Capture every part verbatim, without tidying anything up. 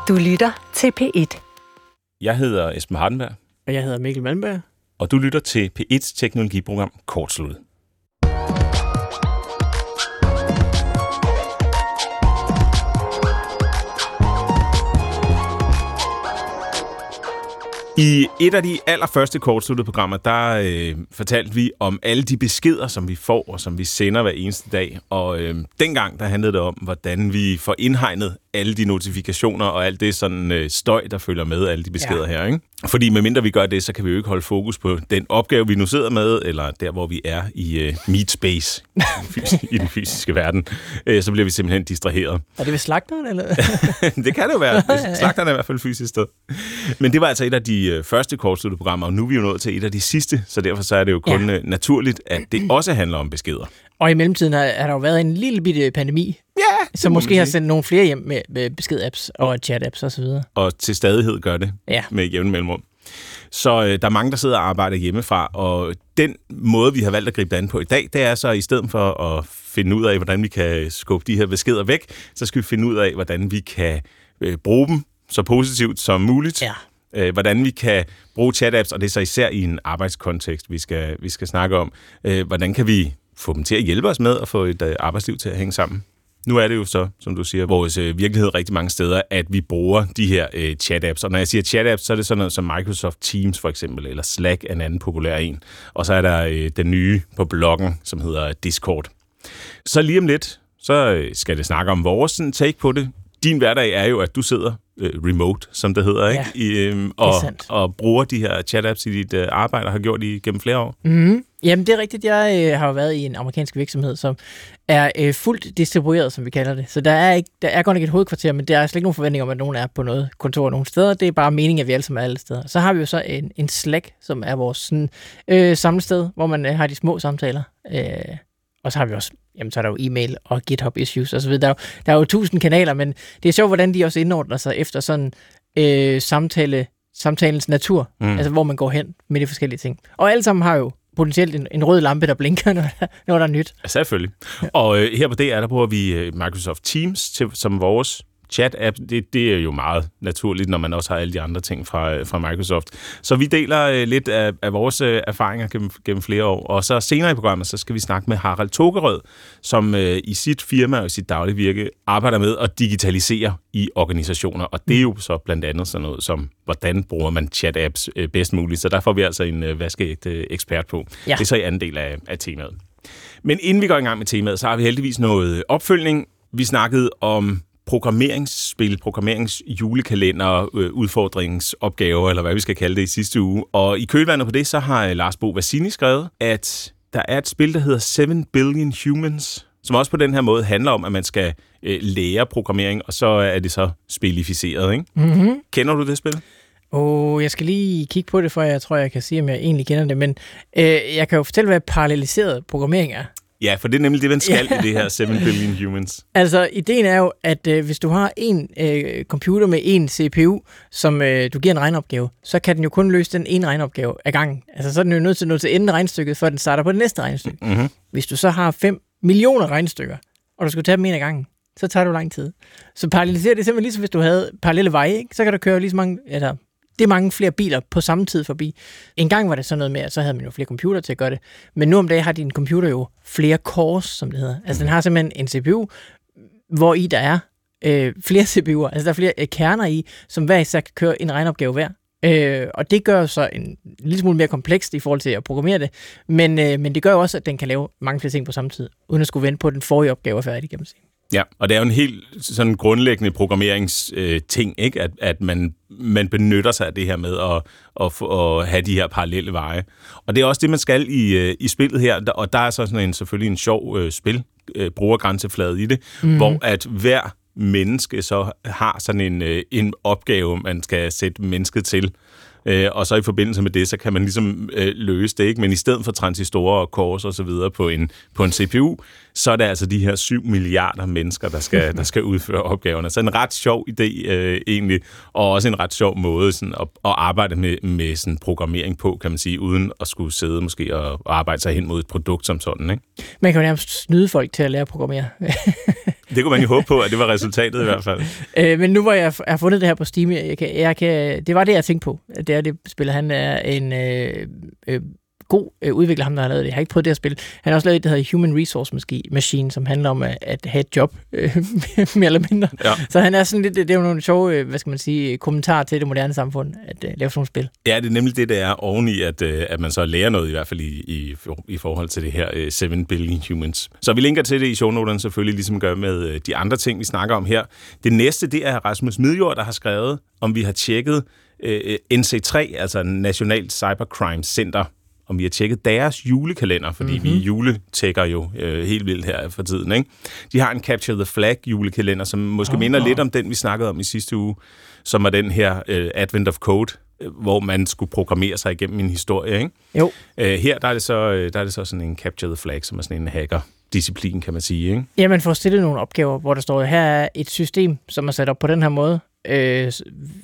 Du lytter til P et. Jeg hedder Esben Hardenberg. Og jeg hedder Mikkel Malmberg. Og du lytter til P et's teknologiprogram Kortsluttet. I et af de allerførste kortsluttede programmer, der øh, fortalte vi om alle de beskeder, som vi får og som vi sender hver eneste dag. Og øh, dengang, der handlede det om, hvordan vi får indhegnet alle de notifikationer og alt det sådan øh, støj, der følger med alle de beskeder ja. her. Ikke? Fordi medmindre vi gør det, så kan vi jo ikke holde fokus på den opgave, vi nu sidder med, eller der, hvor vi er i øh, meat space i den fysiske verden. Øh, så bliver vi simpelthen distraheret. Er det ved slagteren, eller? Det kan det jo være. Slagteren er i hvert fald fysisk sted. Men det var altså et af de øh, første kortsluttede programmer, og nu er vi jo nået til et af de sidste, så derfor så er det jo kun ja. naturligt, at det også handler om beskeder. Og i mellemtiden har, har der jo været en lille bitte pandemi, ja, som måske har sendt nogle flere hjem med, med besked-apps og chat-apps osv. Og, og til stadighed gør det ja. med jævne mellemrum. Så øh, der er mange, der sidder og arbejder hjemmefra, og den måde, vi har valgt at gribe det an på i dag, det er så i stedet for at finde ud af, hvordan vi kan skubbe de her beskeder væk, så skal vi finde ud af, hvordan vi kan øh, bruge dem så positivt som muligt. Ja. Øh, hvordan vi kan bruge chat-apps, og det er så især i en arbejdskontekst, vi skal, vi skal snakke om. Øh, hvordan kan vi få dem til at hjælpe os med at få et øh, arbejdsliv til at hænge sammen? Nu er det jo så, som du siger, vores øh, virkelighed rigtig mange steder, at vi bruger de her øh, chat-apps. Og når jeg siger chat-apps, så er det sådan noget som Microsoft Teams for eksempel, eller Slack er en anden populær en. Og så er der øh, den nye på bloggen, som hedder Discord. Så lige om lidt, så øh, skal det snakke om vores sådan, take på det. Din hverdag er jo, at du sidder øh, remote, som det hedder, ikke? Ja, I, øhm, og, og bruger de her chat-apps i dit øh, arbejde, og har gjort det gennem flere år. Mm-hmm. Jamen, det er rigtigt. Jeg øh, har jo været i en amerikansk virksomhed, som er øh, fuldt distribueret, som vi kalder det. Så der er, ikke, der er godt nok et hovedkvarter, men der er slet ikke nogen forventning om, at nogen er på noget kontor nogle steder. Det er bare meningen, at vi alle sammen er alle steder. Så har vi jo så en, en Slack, som er vores sådan, øh, samlested, hvor man øh, har de små samtaler. Øh, og så har vi også, jamen så er der jo e-mail og GitHub issues osv. Der er jo, der er jo tusind kanaler, men det er sjovt, hvordan de også indordner sig efter sådan øh, samtale, samtalens natur. Mm. Altså, hvor man går hen med de forskellige ting. Og alle sammen har jo potentielt en, en rød lampe, der blinker, når der, når der er nyt. Ja, selvfølgelig. Ja. Og øh, her på D R, der bruger vi Microsoft Teams til, som vores chat-app. Det, det er jo meget naturligt, når man også har alle de andre ting fra, fra Microsoft. Så vi deler øh, lidt af, af vores øh, erfaringer gennem, gennem flere år. Og så senere i programmet, så skal vi snakke med Harald Tokerød, som øh, i sit firma og i sit daglige virke arbejder med at digitalisere i organisationer. Og det er jo så blandt andet sådan noget som, hvordan bruger man chat-apps øh, bedst muligt. Så der får vi altså en øh, vaskeægte øh, ekspert på. Ja. Det er så i anden del af, af temaet. Men inden vi går i gang med temaet, så har vi heldigvis noget opfølgning. Vi snakkede om programmeringsspil, programmeringsjulekalender, øh, udfordringsopgaver, eller hvad vi skal kalde det i sidste uge. Og i kølvandet på det, så har Lars Bo Vassini skrevet, at der er et spil, der hedder seven billion Humans, som også på den her måde handler om, at man skal øh, lære programmering, og så er det så spilificeret, ikke? Mm-hmm. Kender du det spil? Åh, oh, jeg skal lige kigge på det, for jeg tror, jeg kan sige, om jeg egentlig kender det, men øh, jeg kan jo fortælle, hvad paralleliseret programmering er. Ja, for det er nemlig det, man skal i det her seven billion Humans. Altså, ideen er jo, at øh, hvis du har en øh, computer med en C P U, som øh, du giver en regneopgave, så kan den jo kun løse den ene regneopgave ad gangen. Altså, så er den jo nødt til at nå til enden af regnestykket, før den starter på det næste regnestykke. Mm-hmm. Hvis du så har fem millioner regnestykker, og du skal tage dem en ad gangen, så tager du lang tid. Så paralleliserer det simpelthen ligesom, hvis du havde parallelle veje, ikke? Så kan du køre lige så mange... Eller, det er mange flere biler på samme tid forbi. En gang var det sådan noget med, at så havde man jo flere computer til at gøre det. Men nu om dagen har din computer jo flere cores, som det hedder. Altså, den har simpelthen en C P U, hvor i der er øh, flere C P U'er. Altså, der er flere øh, kerner i, som hver især kan køre en regneopgave hver. Øh, og det gør så en lille smule mere komplekst i forhold til at programmere det. Men, øh, men det gør jo også, at den kan lave mange flere ting på samme tid, uden at skulle vente på, at den forrige opgave er færdig, kan man sige. Ja, og det er jo en helt sådan grundlæggende programmeringsting, øh, ikke? At, at man, man benytter sig af det her med at, at, at have de her parallelle veje. Og det er også det, man skal i, i spillet her, og der er så sådan en, selvfølgelig en sjov øh, spil, øh, brugergrænseflade i det, mm. hvor at hver menneske så har sådan en, øh, en opgave, man skal sætte mennesket til. Øh, og så i forbindelse med det, så kan man ligesom øh, løse det, ikke? Men i stedet for transistorer og cores og så videre på en, på en C P U, så er det altså de her syv milliarder mennesker, der skal, der skal udføre opgaverne. Så en ret sjov idé øh, egentlig, og også en ret sjov måde sådan, at, at arbejde med, med sådan programmering på, kan man sige, uden at skulle sidde måske og, og arbejde sig hen mod et produkt som sådan, ikke? Man kan jo nærmest snyde folk til at lære at programmere. Det kunne man jo håbe på, at det var resultatet i hvert fald. Øh, men nu hvor jeg har fundet det her på Steam, jeg kan, jeg kan, det var det, jeg tænkte på. Det er det spiller. Han er en øh, øh, god øh, udvikler, ham der har lavet det. Jeg har ikke prøvet det her spil. Han har også lavet et, der hedder Human Resource Machine, som handler om at, at have et job, øh, mere eller mindre. Ja. Så han er sådan lidt, det er jo nogle sjove, øh, hvad skal man sige, kommentarer til det moderne samfund, at øh, lave sådan nogle spil. Ja, det er nemlig det, der er oveni, at, øh, at man så lærer noget, i hvert fald i, i, i forhold til det her øh, syv billion humans. Så vi linker til det i shownoterne selvfølgelig, ligesom gør med øh, de andre ting, vi snakker om her. Det næste, det er Rasmus Midjord, der har skrevet, om vi har tjekket øh, N C tre, altså National Cybercrime Center, om vi har tjekket deres julekalender, fordi mm-hmm. vi juletækker jo øh, helt vildt her for tiden, ikke? De har en Capture the Flag julekalender, som måske oh, minder oh. lidt om den, vi snakkede om i sidste uge, som er den her øh, Advent of Code, øh, hvor man skulle programmere sig igennem en historie, ikke? Jo. Øh, her der er, det så, øh, der er det så sådan en Capture the Flag, som er sådan en hacker-disciplin, kan man sige, ikke? Ja, man får stillet nogle opgaver, hvor der står, her er et system, som er sat op på den her måde. Øh,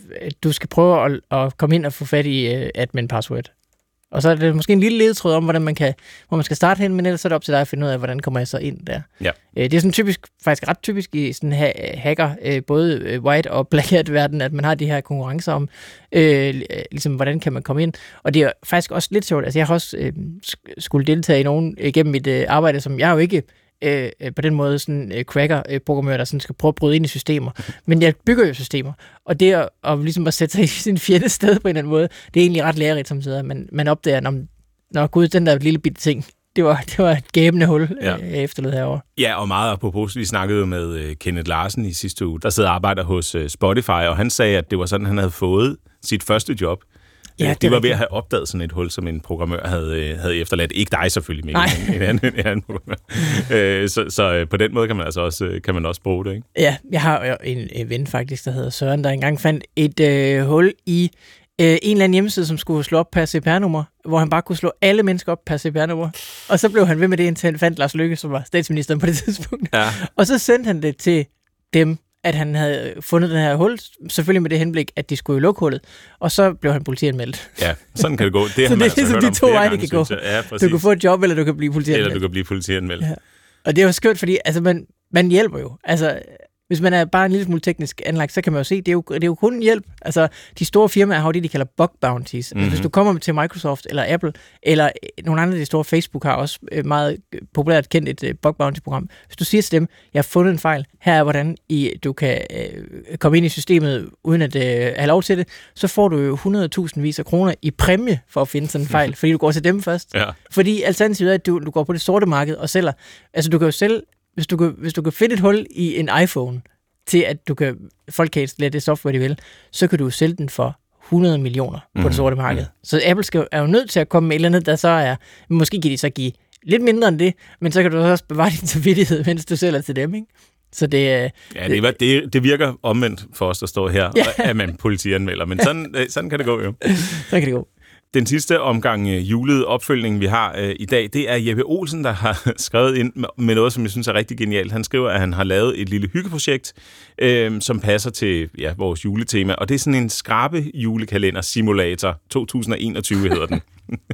du skal prøve at, at komme ind og få fat i uh, admin-password. Og så er det måske en lille ledetråd om, hvordan man kan, hvor man skal starte hen, men ellers er det op til dig at finde ud af, hvordan kommer jeg så ind der. Ja. Det er sådan typisk, faktisk ret typisk i sådan her hacker, både white og black hat-verden, at man har de her konkurrencer om, øh, ligesom hvordan kan man komme ind. Og det er faktisk også lidt sjovt. Altså jeg har også øh, skulle deltage i nogen igennem mit øh, arbejde, som jeg jo ikke øh, på den måde sådan øh, cracker-programmør, der sådan skal prøve at bryde ind i systemer. Men jeg bygger jo systemer, og det at, at, ligesom at sætte sig i sin fjende sted på en eller anden måde, det er egentlig ret lærerigt som sidder. Man, man opdager, når, når gud, den der lille bitte ting, det var, det var et gæbende hul, ja. øh, efterlod herovre. Ja, og meget apropos, vi snakkede jo med uh, Kenneth Larsen i sidste uge, der sidder og arbejder hos uh, Spotify, og han sagde, at det var sådan, han havde fået sit første job. Ja, det, det var ved at have opdaget sådan et hul, som en programmør havde, havde efterladt. Ikke dig selvfølgelig, Mikkel, men en anden, en anden programmør. så, så på den måde kan man altså også, kan man også bruge det, ikke? Ja, jeg har en, en ven faktisk, der hedder Søren, der engang fandt et øh, hul i øh, en eller anden hjemmeside, som skulle slå op per C P R-nummer, hvor han bare kunne slå alle mennesker op per C P R-nummer. Og så blev han ved med det, indtil han fandt Lars Løkke, som var statsministeren på det tidspunkt. Ja. Og så sendte han det til dem, at han havde fundet den her hul, selvfølgelig med det henblik, at de skulle jo lukke hullet, og så blev han politianmeldt. Ja, sådan kan det gå. Det har så man det er altså ligesom de to veje, det kan gå. Ja, du kan få et job, eller du kan blive politianmeldt. Eller du kan blive politianmeldt. Ja. Og det er jo skørt, fordi altså, man, man hjælper jo. Altså, hvis man er bare en lille smule teknisk anlagt, så kan man jo se, det er jo, det er jo kun hjælp. Altså, de store firmaer har jo det, de kalder bug bounties. Mm-hmm. Altså, hvis du kommer til Microsoft eller Apple, eller nogle andre af de store, Facebook har også meget populært kendt et bug bounty-program. Hvis du siger til dem, jeg har fundet en fejl, her er hvordan I, du kan øh, komme ind i systemet, uden at øh, have lov til det, så får du jo hundrede tusind vis af kroner i præmie for at finde sådan en fejl, fordi du går til dem først. Ja. Fordi alternativet er, at du, du går på det sorte marked og sælger. Altså, du kan jo sælge Hvis du, kan, hvis du kan finde et hul i en iPhone, til at du kan, folk kan installere det software, de vil, så kan du sælge den for hundrede millioner på mm. det sorte marked. Mm. Så Apple skal, er jo nødt til at komme med et eller andet, der så er, måske kan de så give lidt mindre end det, men så kan du også bevare din samvittighed, mens du sælger til dem, ikke? Så det, ja, det, det, det virker omvendt for os, der står her, ja. At man politianmelder, men sådan, sådan kan det gå jo. Sådan kan det gå. Den sidste omgang uh, julede opfølgning, vi har uh, i dag, det er Jeppe Olsen, der har skrevet ind med noget, som jeg synes er rigtig genialt. Han skriver, at han har lavet et lille hyggeprojekt, uh, som passer til ja, vores juletema, og det er sådan en skrabe julekalender simulator. to tusind og enogtyve hedder den.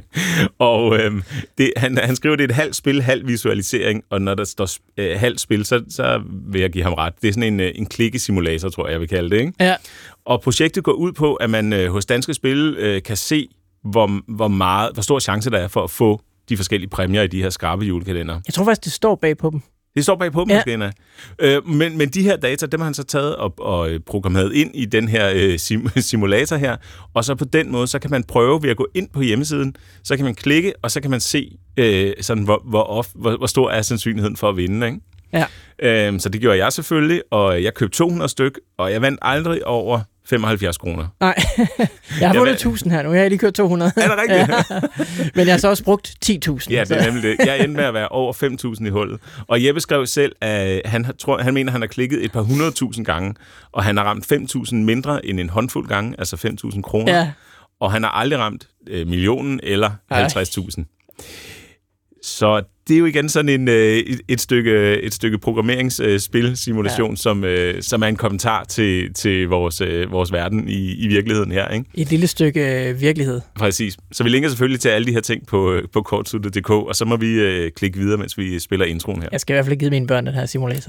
og uh, det, han, han skriver, det er et halvt spil, halv visualisering, og når der står uh, halvt spil, så, så vil jeg give ham ret. Det er sådan en, uh, en klikkesimulator, tror jeg, jeg vil kalde det, ikke? Ja. Og projektet går ud på, at man uh, hos Danske Spil uh, kan se, Hvor, hvor, meget, hvor stor chance der er for at få de forskellige præmier i de her skarpe julekalender. Jeg tror faktisk, det står bag på dem. Det står bag på dem, ja. Måske, øh, men, men de her data, dem har han så taget og, og programmeret ind i den her øh, sim, simulator her, og så på den måde, så kan man prøve ved at gå ind på hjemmesiden, så kan man klikke, og så kan man se, øh, sådan, hvor, hvor, off, hvor, hvor stor er sandsynligheden for at vinde, ikke? Ja. Øh, så det gjorde jeg selvfølgelig, og jeg købte to hundrede styk, og jeg vandt aldrig over femoghalvfjerds kroner. Nej, jeg har vundet tusind her nu. Jeg har lige kørt to hundrede. Er det rigtigt? Ja. Men jeg har så også brugt ti tusind. Ja, det er nemlig det. Jeg endte med at være over fem tusind i hullet. Og Jeppe skrev selv, at han, tror, han mener, at han har klikket et par hundrede tusind gange, og han har ramt fem tusind mindre end en håndfuld gange, altså fem tusind kroner. Ja. Og han har aldrig ramt øh, millionen eller halvtreds tusind. Så det er jo igen sådan en, et, et, stykke, et stykke programmeringsspil, simulation, ja. som, som er en kommentar til, til vores, vores verden i, i virkeligheden her. Ikke? Et lille stykke virkelighed. Præcis. Så vi linker selvfølgelig til alle de her ting på, på kortsluttet punktum d k, og så må vi uh, klikke videre, mens vi spiller introen her. Jeg skal i hvert fald give mine børn den her simulator.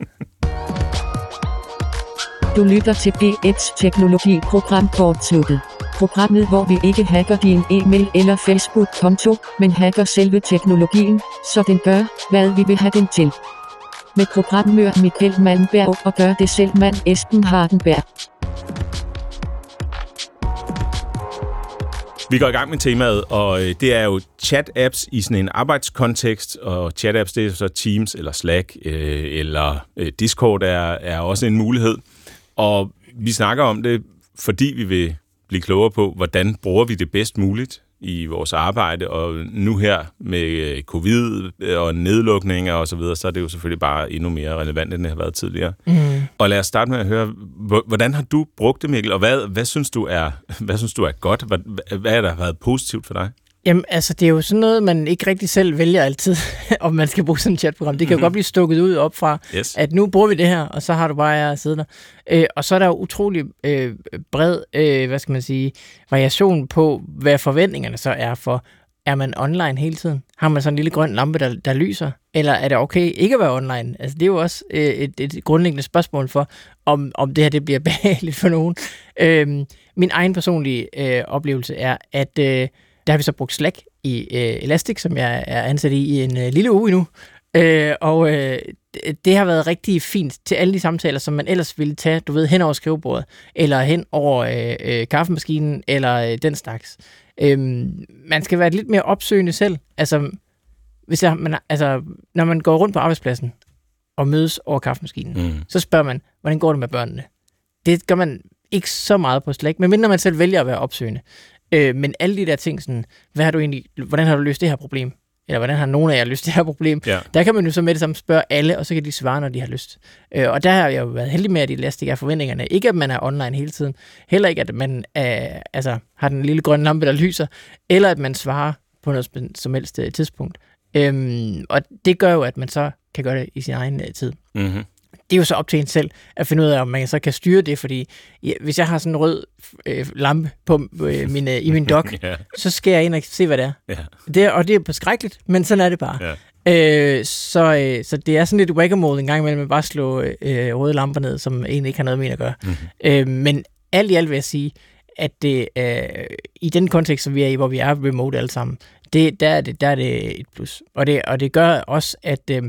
Du lytter til B X Teknologi Program Kortsluttet. Programmet, hvor vi ikke hacker din e-mail eller Facebook-konto, men hacker selve teknologien, så den gør, hvad vi vil have den til. Med programmør Michael Malmberg og gør det selv mand Esben Hardenberg. Vi går i gang med temaet, og det er jo chat-apps i sådan en arbejdskontekst, og chat-apps, det er så Teams eller Slack øh, eller øh, Discord er, er også en mulighed. Og vi snakker om det, fordi vi vil blive klogere på, hvordan bruger vi det bedst muligt i vores arbejde, og nu her med covid og nedlukninger og så videre, så er det jo selvfølgelig bare endnu mere relevant, end det har været tidligere. Mm. Og lad os starte med at høre, hvordan har du brugt det, Mikkel, og hvad, hvad, synes, du er, hvad synes du er godt? Hvad, hvad er der været positivt for dig? Jamen, altså, det er jo sådan noget, man ikke rigtig selv vælger altid, om man skal bruge sådan et chatprogram. Det kan mm-hmm. jo godt blive stukket ud op fra, yes. at nu bruger vi det her, og så har du bare at sidde der. Øh, og så er der jo utrolig øh, bred, øh, hvad skal man sige, variation på, hvad forventningerne så er for, er man online hele tiden? Har man sådan en lille grøn lampe, der, der lyser? Eller er det okay ikke at være online? Altså, det er jo også øh, et, et grundlæggende spørgsmål for, om, om det her det bliver behageligt for nogen. Øh, min egen personlige øh, oplevelse er, at øh, der har vi så brugt Slack i øh, Elastic, som jeg er ansat i i en øh, lille uge endnu. Øh, og øh, det har været rigtig fint til alle de samtaler, som man ellers ville tage, du ved, hen over skrivebordet, eller hen over øh, øh, kaffemaskinen, eller øh, den slags. Øh, man skal være lidt mere opsøgende selv. Altså, hvis jeg, man, altså, når man går rundt på arbejdspladsen og mødes over kaffemaskinen, mm. så spørger man, hvordan går det med børnene? Det gør man ikke så meget på Slack, medmindre man selv vælger at være opsøgende. Øh, men alle de der ting, sådan, hvad har du egentlig, hvordan har du løst det her problem? Eller hvordan har nogen af jer løst det her problem? Ja. Der kan man jo så med det samme spørge alle, og så kan de svare, når de har lyst. Øh, og der har jeg jo været heldig med, at de Elastic er forventningerne. Ikke, at man er online hele tiden. Heller ikke, at man er, altså, har den lille grønne lampe, der lyser. Eller at man svarer på noget som helst tidspunkt. Øhm, og det gør jo, at man så kan gøre det i sin egen uh, tid. Mm-hmm. Det er jo så op til en selv at finde ud af, om man så kan styre det, fordi ja, hvis jeg har sådan en rød øh, lampe på, øh, min, øh, i min dock, yeah. så skal jeg ind og se, hvad det er. Yeah. Det er og det er forskrækkeligt, men sådan er det bare. Yeah. Øh, så, øh, så det er sådan lidt whack-a-mole en gang imellem, at bare slå øh, røde lamper ned, som egentlig ikke har noget med at gøre. Mm-hmm. Øh, men alt i alt vil jeg sige, at det øh, i den kontekst, som vi er i, hvor vi er remote alle sammen, det, der, er det, der er det et plus. Og det, og det gør også, at øh,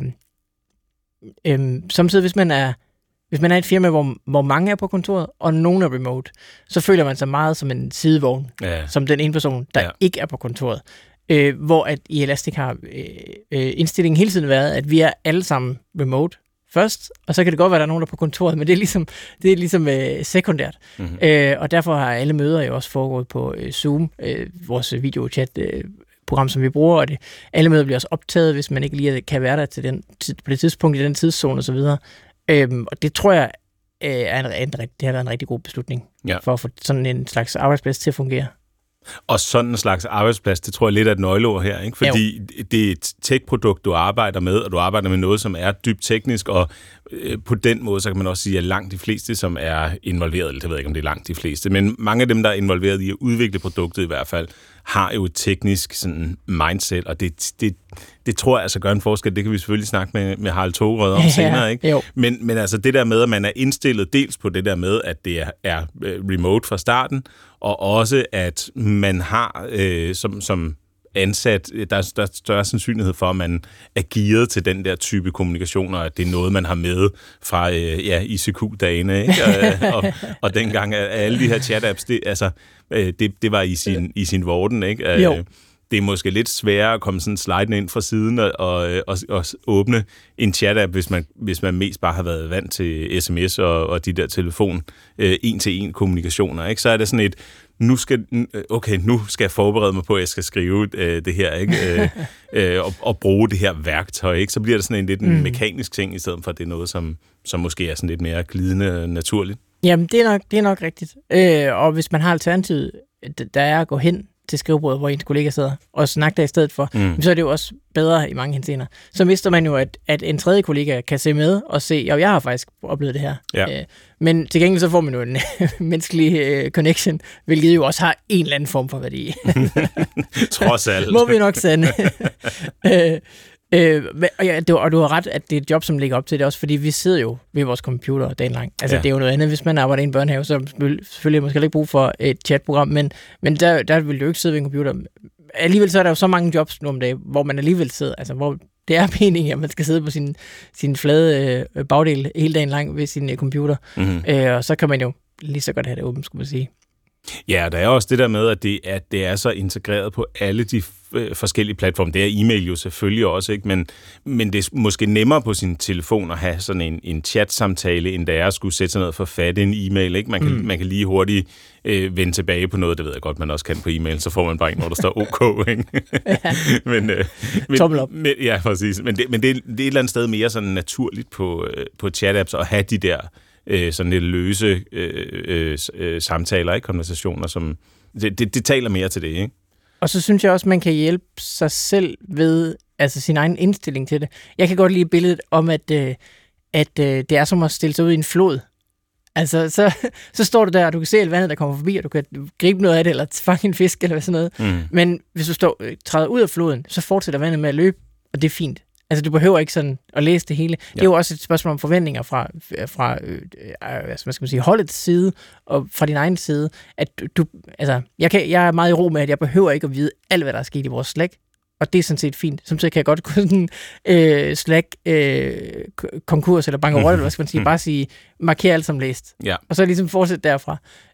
Øhm, samtidig, hvis man er hvis man er et firma, hvor, hvor mange er på kontoret, og nogen er remote, så føler man sig meget som en sidevogn, ja. Som den ene person, der ja. Ikke er på kontoret. Øh, hvor at i Elastic har øh, øh, indstillingen hele tiden været, at vi er alle sammen remote først, og så kan det godt være, at der er nogen, der er på kontoret, men det er ligesom, det er ligesom øh, sekundært. Mm-hmm. Øh, og derfor har alle møder jo også foregået på øh, Zoom, øh, vores videochat øh, program, som vi bruger, og det, alle møder bliver også optaget, hvis man ikke lige kan være der til den, på det tidspunkt i den tidszone osv. Øhm, og det tror jeg øh, er en, en, det har været en rigtig god beslutning ja. For at få sådan en slags arbejdsplads til at fungere. Og sådan en slags arbejdsplads, det tror jeg lidt er et nøgleord her, ikke? Fordi jo. Det er et tech-produkt, du arbejder med, og du arbejder med noget, som er dybt teknisk, og øh, på den måde, så kan man også sige, at langt de fleste, som er involveret, eller jeg ved ikke, om det er langt de fleste, men mange af dem, der er involveret i at udvikle produktet i hvert fald, har jo et teknisk sådan, mindset, og det, det, det tror jeg altså gør en forskel. Det kan vi selvfølgelig snakke med, med Harald Togrød om ja, senere, ikke? Men, men altså det der med, at man er indstillet dels på det der med, at det er, er remote fra starten, og også at man har øh, som, som ansat, der er, der er større sandsynlighed for, at man er gearet til den der type kommunikationer, at det er noget, man har med fra øh, ja, I C Q-dagene, ikke? og, og, og dengang af alle de her chat-apps, det, altså, øh, det, det var i sin, i sin vorden, ikke? Øh, jo. Det er måske lidt sværere at komme sådan slidende ind fra siden og, og, og, og åbne en chat-app, hvis man, hvis man mest bare har været vant til sms og, og de der telefon øh, en-til-en kommunikationer, ikke? Så er det sådan et, nu skal, okay, nu skal jeg forberede mig på, at jeg skal skrive øh, det her, ikke? Øh, øh, og, og bruge det her værktøj, ikke? Så bliver det sådan en lidt en mm. mekanisk ting, i stedet for at det er noget, som, som måske er sådan lidt mere glidende naturligt. Jamen, det er nok, det er nok rigtigt. Øh, og hvis man har alternativet, der er at gå hen til skrivebordet, hvor ens kollega sidder, og snakke der i stedet for, mm. så er det jo også bedre i mange henseender. Så mister man jo, at, at en tredje kollega kan se med og se, ja, jeg har faktisk oplevet det her. Ja. Øh, men til gengæld så får man jo en menneskelig øh, connection, hvilket jo også har en eller anden form for værdi. Trods alt. Må vi nok sande. øh, Øh, og, ja, det var, og du har ret, at det er et job, som ligger op til det også, fordi vi sidder jo ved vores computer dagen lang. Altså, ja. Det er jo noget andet, hvis man arbejder i en børnehave, så selvfølgelig måske ikke brug for et chatprogram, men, men der, der vil du jo ikke sidde ved en computer. Alligevel så er der jo så mange jobs nu om dagen, hvor man alligevel sidder, altså hvor det er meningen, at man skal sidde på sin, sin flade øh, bagdel hele dagen lang ved sin øh, computer, mm-hmm. øh, og så kan man jo lige så godt have det åbent, skulle man sige. Ja, der er også det der med, at det, at det er så integreret på alle de f- forskellige platforme. Det er e-mail jo selvfølgelig også, ikke? Men, men det er måske nemmere på sin telefon at have sådan en, en chat-samtale, end det er at skulle sætte sig ned og forfatte en e-mail. Ikke? Man, kan, mm. man kan lige hurtigt øh, vende tilbage på noget, det ved jeg godt, man også kan på e-mail, så får man bare en, hvor der står OK. Ikke? men, øh, men, Tommel op. Men, ja, præcis. Men, det, men det, det er et eller andet sted mere sådan naturligt på, øh, på chat-apps at have de der Øh, sådan lidt løse øh, øh, samtaler, ikke? Konversationer, som det, det, det taler mere til det, ikke? Og så synes jeg også, man kan hjælpe sig selv ved altså sin egen indstilling til det. Jeg kan godt lide billedet om, at, øh, at øh, det er som at stille sig ud i en flod. Altså, så, så står du der, og du kan se alt vandet, der kommer forbi, og du kan gribe noget af det, eller fange en fisk, eller sådan noget. Mm. Men hvis du står, træder ud af floden, så fortsætter vandet med at løbe, og det er fint. Altså, du behøver ikke sådan at læse det hele. Ja. Det er jo også et spørgsmål om forventninger fra, fra øh, hvad skal man sige, holdets side og fra din egen side. At du, altså, jeg, kan, jeg er meget i ro med, at jeg behøver ikke at vide alt, hvad der er sket i vores Slack. Og det er sådan set fint. Samtidig kan jeg godt kunne sådan øh, Slack øh, konkurs eller bankerot, eller hvad skal man sige, bare sige, marker alt som læst. Ja. Og så ligesom fortsætte derfra.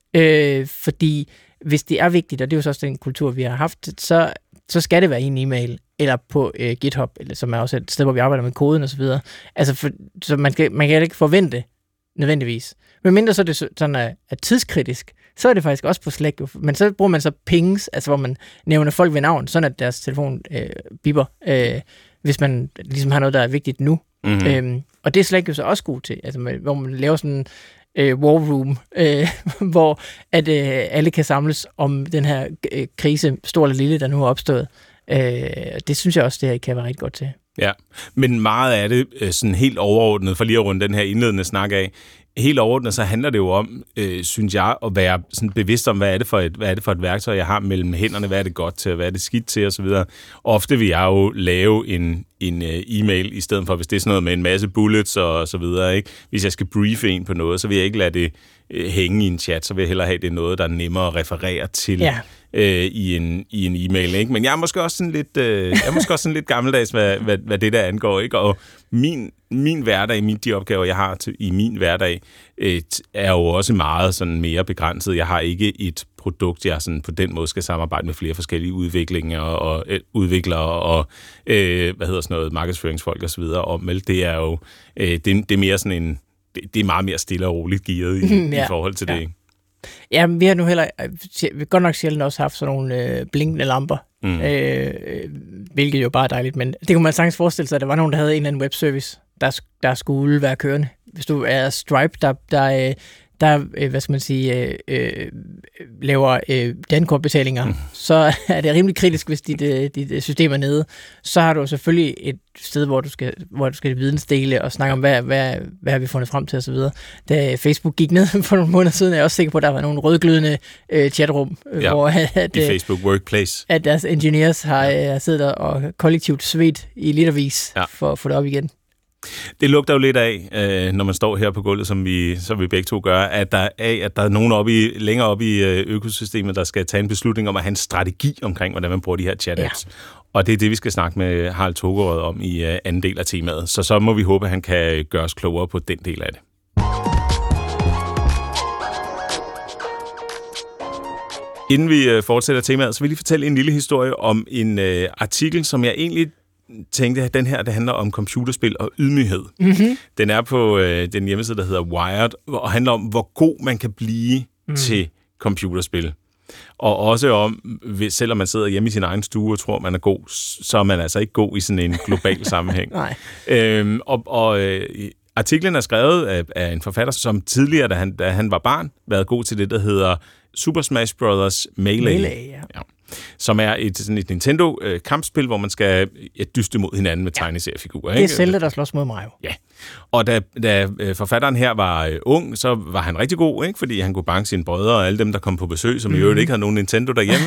Øh, fordi hvis det er vigtigt, og det er jo så også den kultur, vi har haft, så, så skal det være i en e-mail, eller på øh, GitHub, eller som er også et sted, hvor vi arbejder med koden og så videre. Altså, for, så man, skal, man kan ikke forvente nødvendigvis. Men mindre så er det sådan, at, at tidskritisk, så er det faktisk også på Slack. Men så bruger man så pings, altså hvor man nævner folk ved navn, sådan at deres telefon øh, biber, øh, hvis man ligesom har noget, der er vigtigt nu. Mm-hmm. Øhm, og det er Slack jo så også god til, altså med, hvor man laver sådan øh, war room, øh, hvor at øh, alle kan samles om den her øh, krise, stor eller lille, der nu er opstået. Øh, det synes jeg også, det her kan være rigtig godt til. Ja, men meget af det sådan helt overordnet, for lige at runde den her indledende snak af, helt overordnet, så handler det jo om, øh, synes jeg, at være sådan bevidst om, hvad er det for et, hvad er det for et værktøj, jeg har mellem hænderne, hvad er det godt til, hvad er det skidt til, osv. Ofte vil jeg jo lave en, en uh, e-mail, i stedet for, hvis det er sådan noget med en masse bullets og så videre, ikke? Hvis jeg skal briefe en på noget, så vil jeg ikke lade det øh, hænge i en chat, så vil jeg hellere have, det er noget, der er nemmere at referere til. Ja. Øh, i, en, i en e-mail, ikke? Men jeg er måske også sådan lidt, øh, jeg er måske også sådan lidt gammeldags, hvad, hvad, hvad det der angår, ikke? Og min, min hverdag, min, de opgaver, jeg har til, i min hverdag, øh, er jo også meget sådan mere begrænset. Jeg har ikke et produkt, jeg sådan på den måde skal samarbejde med flere forskellige udviklinger og, og øh, udviklere og øh, hvad hedder sådan noget, markedsføringsfolk og så videre om. Vel, det er jo øh, det, det er mere sådan en, det, det er meget mere stille og roligt gearet i, ja. i forhold til ja. det, ikke? Ja, vi har nu heller, vi har godt nok sjældent også haft sådan nogle øh, blinkende lamper, mm. øh, hvilket jo bare er dejligt, men det kunne man sagtens forestille sig, at der var nogen, der havde en eller anden webservice, der, der skulle være kørende. Hvis du er Stripe, der, der, øh, der øh, hvad skal man sige, øh, øh, laver øh, dankortbetalinger, mm. så er det rimelig kritisk, hvis dit, øh, dit system er nede. Så har du selvfølgelig et sted, hvor du skal, hvor du skal vidensdele og snakke om, hvad, hvad, hvad har vi fundet frem til osv. Da Facebook gik ned for nogle måneder siden, er jeg også sikker på, at der var nogle rødglødende øh, chatrum, øh, ja, hvor at, i Facebook Workplace. At deres engineers har, ja. øh, siddet der og kollektivt svedt i litervis ja. for at få det op igen. Det lugter jo lidt af, øh, når man står her på gulvet, som vi, som vi begge to gør, at der er, at der er nogen oppe i, længere oppe i økosystemet, der skal tage en beslutning om at have en strategi omkring, hvordan man bruger de her chat-apps. Ja. Og det er det, vi skal snakke med Harald Togård om i uh, anden del af temaet. Så så må vi håbe, at han kan gøre os klogere på den del af det. Inden vi uh, fortsætter temaet, så vil jeg lige fortælle en lille historie om en uh, artikel, som jeg egentlig tænkte, at den her, det handler om computerspil og ydmyghed. Mm-hmm. Den er på øh, den hjemmeside, der hedder Wired, og handler om, hvor god man kan blive mm. til computerspil. Og også om, selvom man sidder hjemme i sin egen stue og tror, man er god, så er man altså ikke god i sådan en global sammenhæng. Nej. Øhm, og og øh, artiklen er skrevet af, af en forfatter, som tidligere, da han, da han var barn, været god til det, der hedder Super Smash Bros. Melee. Melee, ja. Ja. som er et, sådan et Nintendo-kampspil, hvor man skal ja, dyste mod hinanden med ja. tegneseriefigurer. Det er Zelda, der slås mod Mario. Ja, og da, da forfatteren her var øh, ung, så var han rigtig god, ikke? Fordi han kunne banke sine brødre og alle dem, der kom på besøg, som mm. i øvrigt ikke havde nogen Nintendo derhjemme.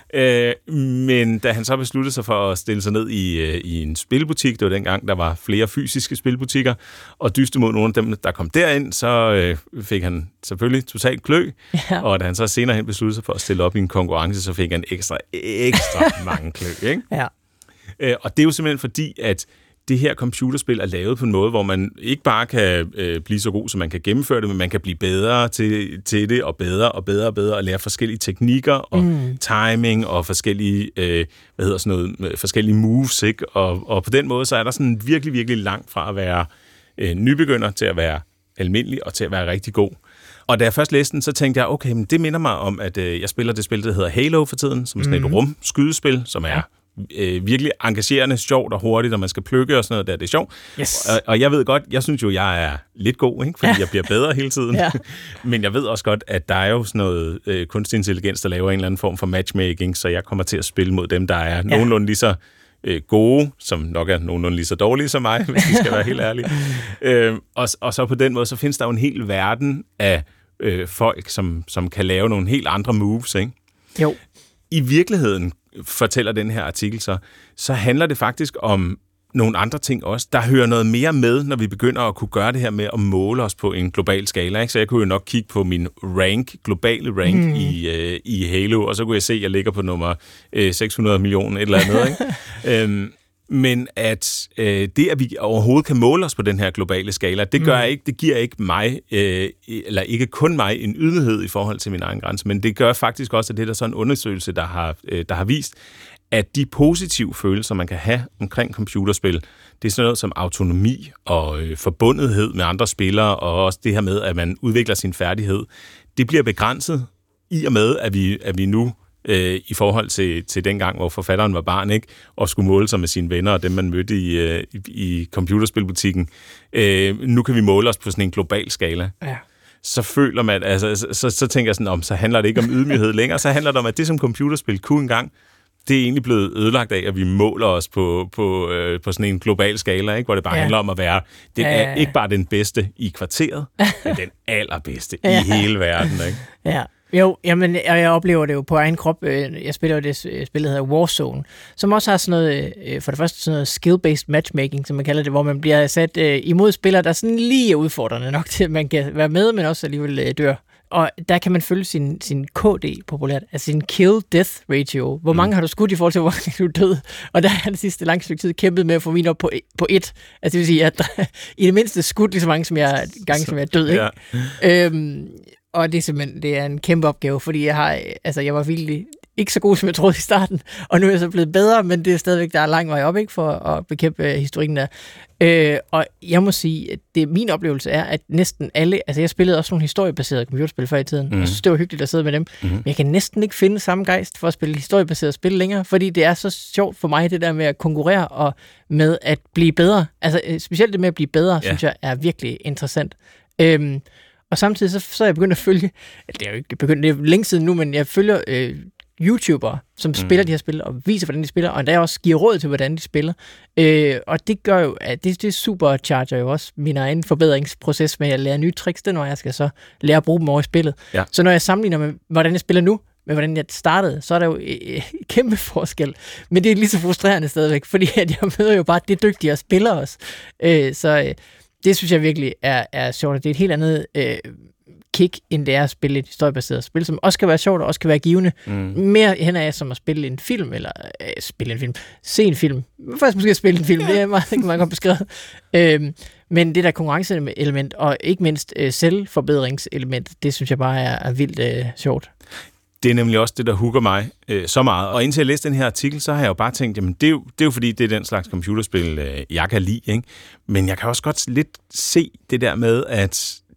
øh, men da han så besluttede sig for at stille sig ned i, øh, i en spilbutik, det var dengang, der var flere fysiske spilbutikker, og dyste mod nogle af dem, der kom derind, så øh, fik han selvfølgelig totalt klø, ja. Og da han så senere hen besluttede sig for at stille op i en konkurrence, så fik han ekstra, ekstra mange klø, ikke? Ja. Øh, og det er jo simpelthen fordi, at det her computerspil er lavet på en måde, hvor man ikke bare kan øh, blive så god, som man kan gennemføre det, men man kan blive bedre til, til det, og bedre og bedre og bedre, og lære forskellige teknikker, og mm. timing, og forskellige, øh, hvad hedder sådan noget, forskellige moves, ikke? Og, og på den måde, så er der sådan virkelig, virkelig langt fra at være øh, nybegynder til at være almindelig, og til at være rigtig god. Og da jeg først læste den, så tænkte jeg, okay, men det minder mig om, at øh, jeg spiller det spil, der hedder Halo for tiden, som er sådan mm. et rumskydespil, som er øh, virkelig engagerende, sjovt og hurtigt, og man skal plukke og sådan noget der, det er sjovt. Yes. Og, og jeg ved godt, jeg synes jo, jeg er lidt god, ikke? Fordi ja. jeg bliver bedre hele tiden. Ja. Men jeg ved også godt, at der er jo sådan noget øh, kunstig intelligens, der laver en eller anden form for matchmaking, så jeg kommer til at spille mod dem, der er ja. nogenlunde lige så øh, gode, som nok er nogenlunde lige så dårlige som mig, hvis vi skal være helt ærlige. Øh, og, og så på den måde, så findes der jo en hel verden af øh, folk, som, som kan lave nogle helt andre moves, ikke? Jo. I virkeligheden, fortæller den her artikel så, så handler det faktisk om nogle andre ting også. Der hører noget mere med, når vi begynder at kunne gøre det her med at måle os på en global skala, ikke? Så jeg kunne jo nok kigge på min rank, globale rank mm. i, øh, i Halo, og så kunne jeg se, at jeg ligger på nummer øh, seks hundrede millioner, et eller andet, ikke? øhm, Men at øh, det, at vi overhovedet kan måle os på den her globale skala, det gør mm. ikke, det giver ikke mig, øh, eller ikke kun mig, en ydmyghed i forhold til min egen grænse, men det gør faktisk også, at det er der sådan en undersøgelse, der har, øh, der har vist, at de positive følelser, man kan have omkring computerspil, det er sådan noget som autonomi og øh, forbundethed med andre spillere, og også det her med, at man udvikler sin færdighed, det bliver begrænset i og med, at vi, at vi nu øh, i forhold til, til den gang, hvor forfatteren var barn, ikke, og skulle måle sig med sine venner og dem, man mødte i, øh, i, i computerspilbutikken. Øh, nu kan vi måle os på sådan en global skala. Ja. Så føler man, altså, så, så, så tænker jeg sådan, om så handler det ikke om ydmyghed længere, så handler det om, at det som computerspil kunne engang, det er egentlig blevet ødelagt af, at vi måler os på, på, øh, på sådan en global skala, ikke? Hvor det bare ja. handler om at være, det ja, ja, ja. er ikke bare den bedste i kvarteret, men den allerbedste ja. i hele verden, ikke? Ja. Jo, jamen, jeg, jeg oplever det jo på egen krop. Jeg spiller jo det spil, der hedder Warzone, som også har sådan noget, for det første sådan noget skill-based matchmaking, som man kalder det, hvor man bliver sat imod spillere, der sådan lige er udfordrende nok til, at man kan være med, men også alligevel dør. Og der kan man følge sin, sin K D populært, altså sin kill-death ratio. Hvor mange mm. har du skudt i forhold til, hvor mange du er død? Og der har jeg det sidste langt stykke tid kæmpet med at få min op på, på et. Altså det vil sige, at i det mindste skudt lige så mange som jeg, gange, som jeg er død, ikke? Ja. Øhm, og det er simpelthen det er en kæmpe opgave, fordi jeg har, altså jeg var virkelig ikke så god, som jeg troede i starten, og nu er jeg så blevet bedre, men det er stadigvæk, der er lang vej op, ikke, for at bekæmpe uh, historikken der. Øh, og jeg må sige, at det, min oplevelse er, at næsten alle, altså jeg spillede også nogle historiebaserede computerspil før i tiden, mm. og jeg synes, det var hyggeligt at sidde med dem, mm. men jeg kan næsten ikke finde samme gejst for at spille historiebaserede spil længere, fordi det er så sjovt for mig, det der med at konkurrere og med at blive bedre. Altså specielt det med at blive bedre, yeah. synes jeg er virkelig interessant. Øhm, og samtidig så, så er jeg begyndt at følge, det er jo ikke begyndt, det er længe siden nu, men jeg følger øh, YouTubere, som mm. spiller de her spil, og viser, hvordan de spiller, og der også giver råd til, hvordan de spiller. Øh, og det gør jo, at det, det supercharger jo også min egen forbedringsproces med at lære nye tricks, det når jeg skal så lære at bruge dem over i spillet. Ja. Så når jeg sammenligner med, hvordan jeg spiller nu, med hvordan jeg startede, så er der jo øh, kæmpe forskel. Men det er lige så frustrerende stadigvæk, fordi at jeg møder jo bare det dygtigere spillere også. Øh, så øh, det synes jeg virkelig er, er sjovt, det er et helt andet øh, kick, end det er at spille et historiebaseret spil, som også kan være sjovt og også kan være givende. Mm. Mere hen af som at spille en film, eller øh, spille en film, se en film. Faktisk måske at spille en film, det er meget, meget godt beskrevet. Øhm, men det der konkurrenceelement, og ikke mindst øh, selvforbedringselement, det synes jeg bare er, er vildt øh, sjovt. Det er nemlig også det, der hooker mig øh, så meget. Og indtil jeg læste den her artikel, så har jeg jo bare tænkt, jamen det er jo, det er jo fordi, det er den slags computerspil, øh, jeg kan lide, ikke? Men jeg kan også godt lidt se det der med, at det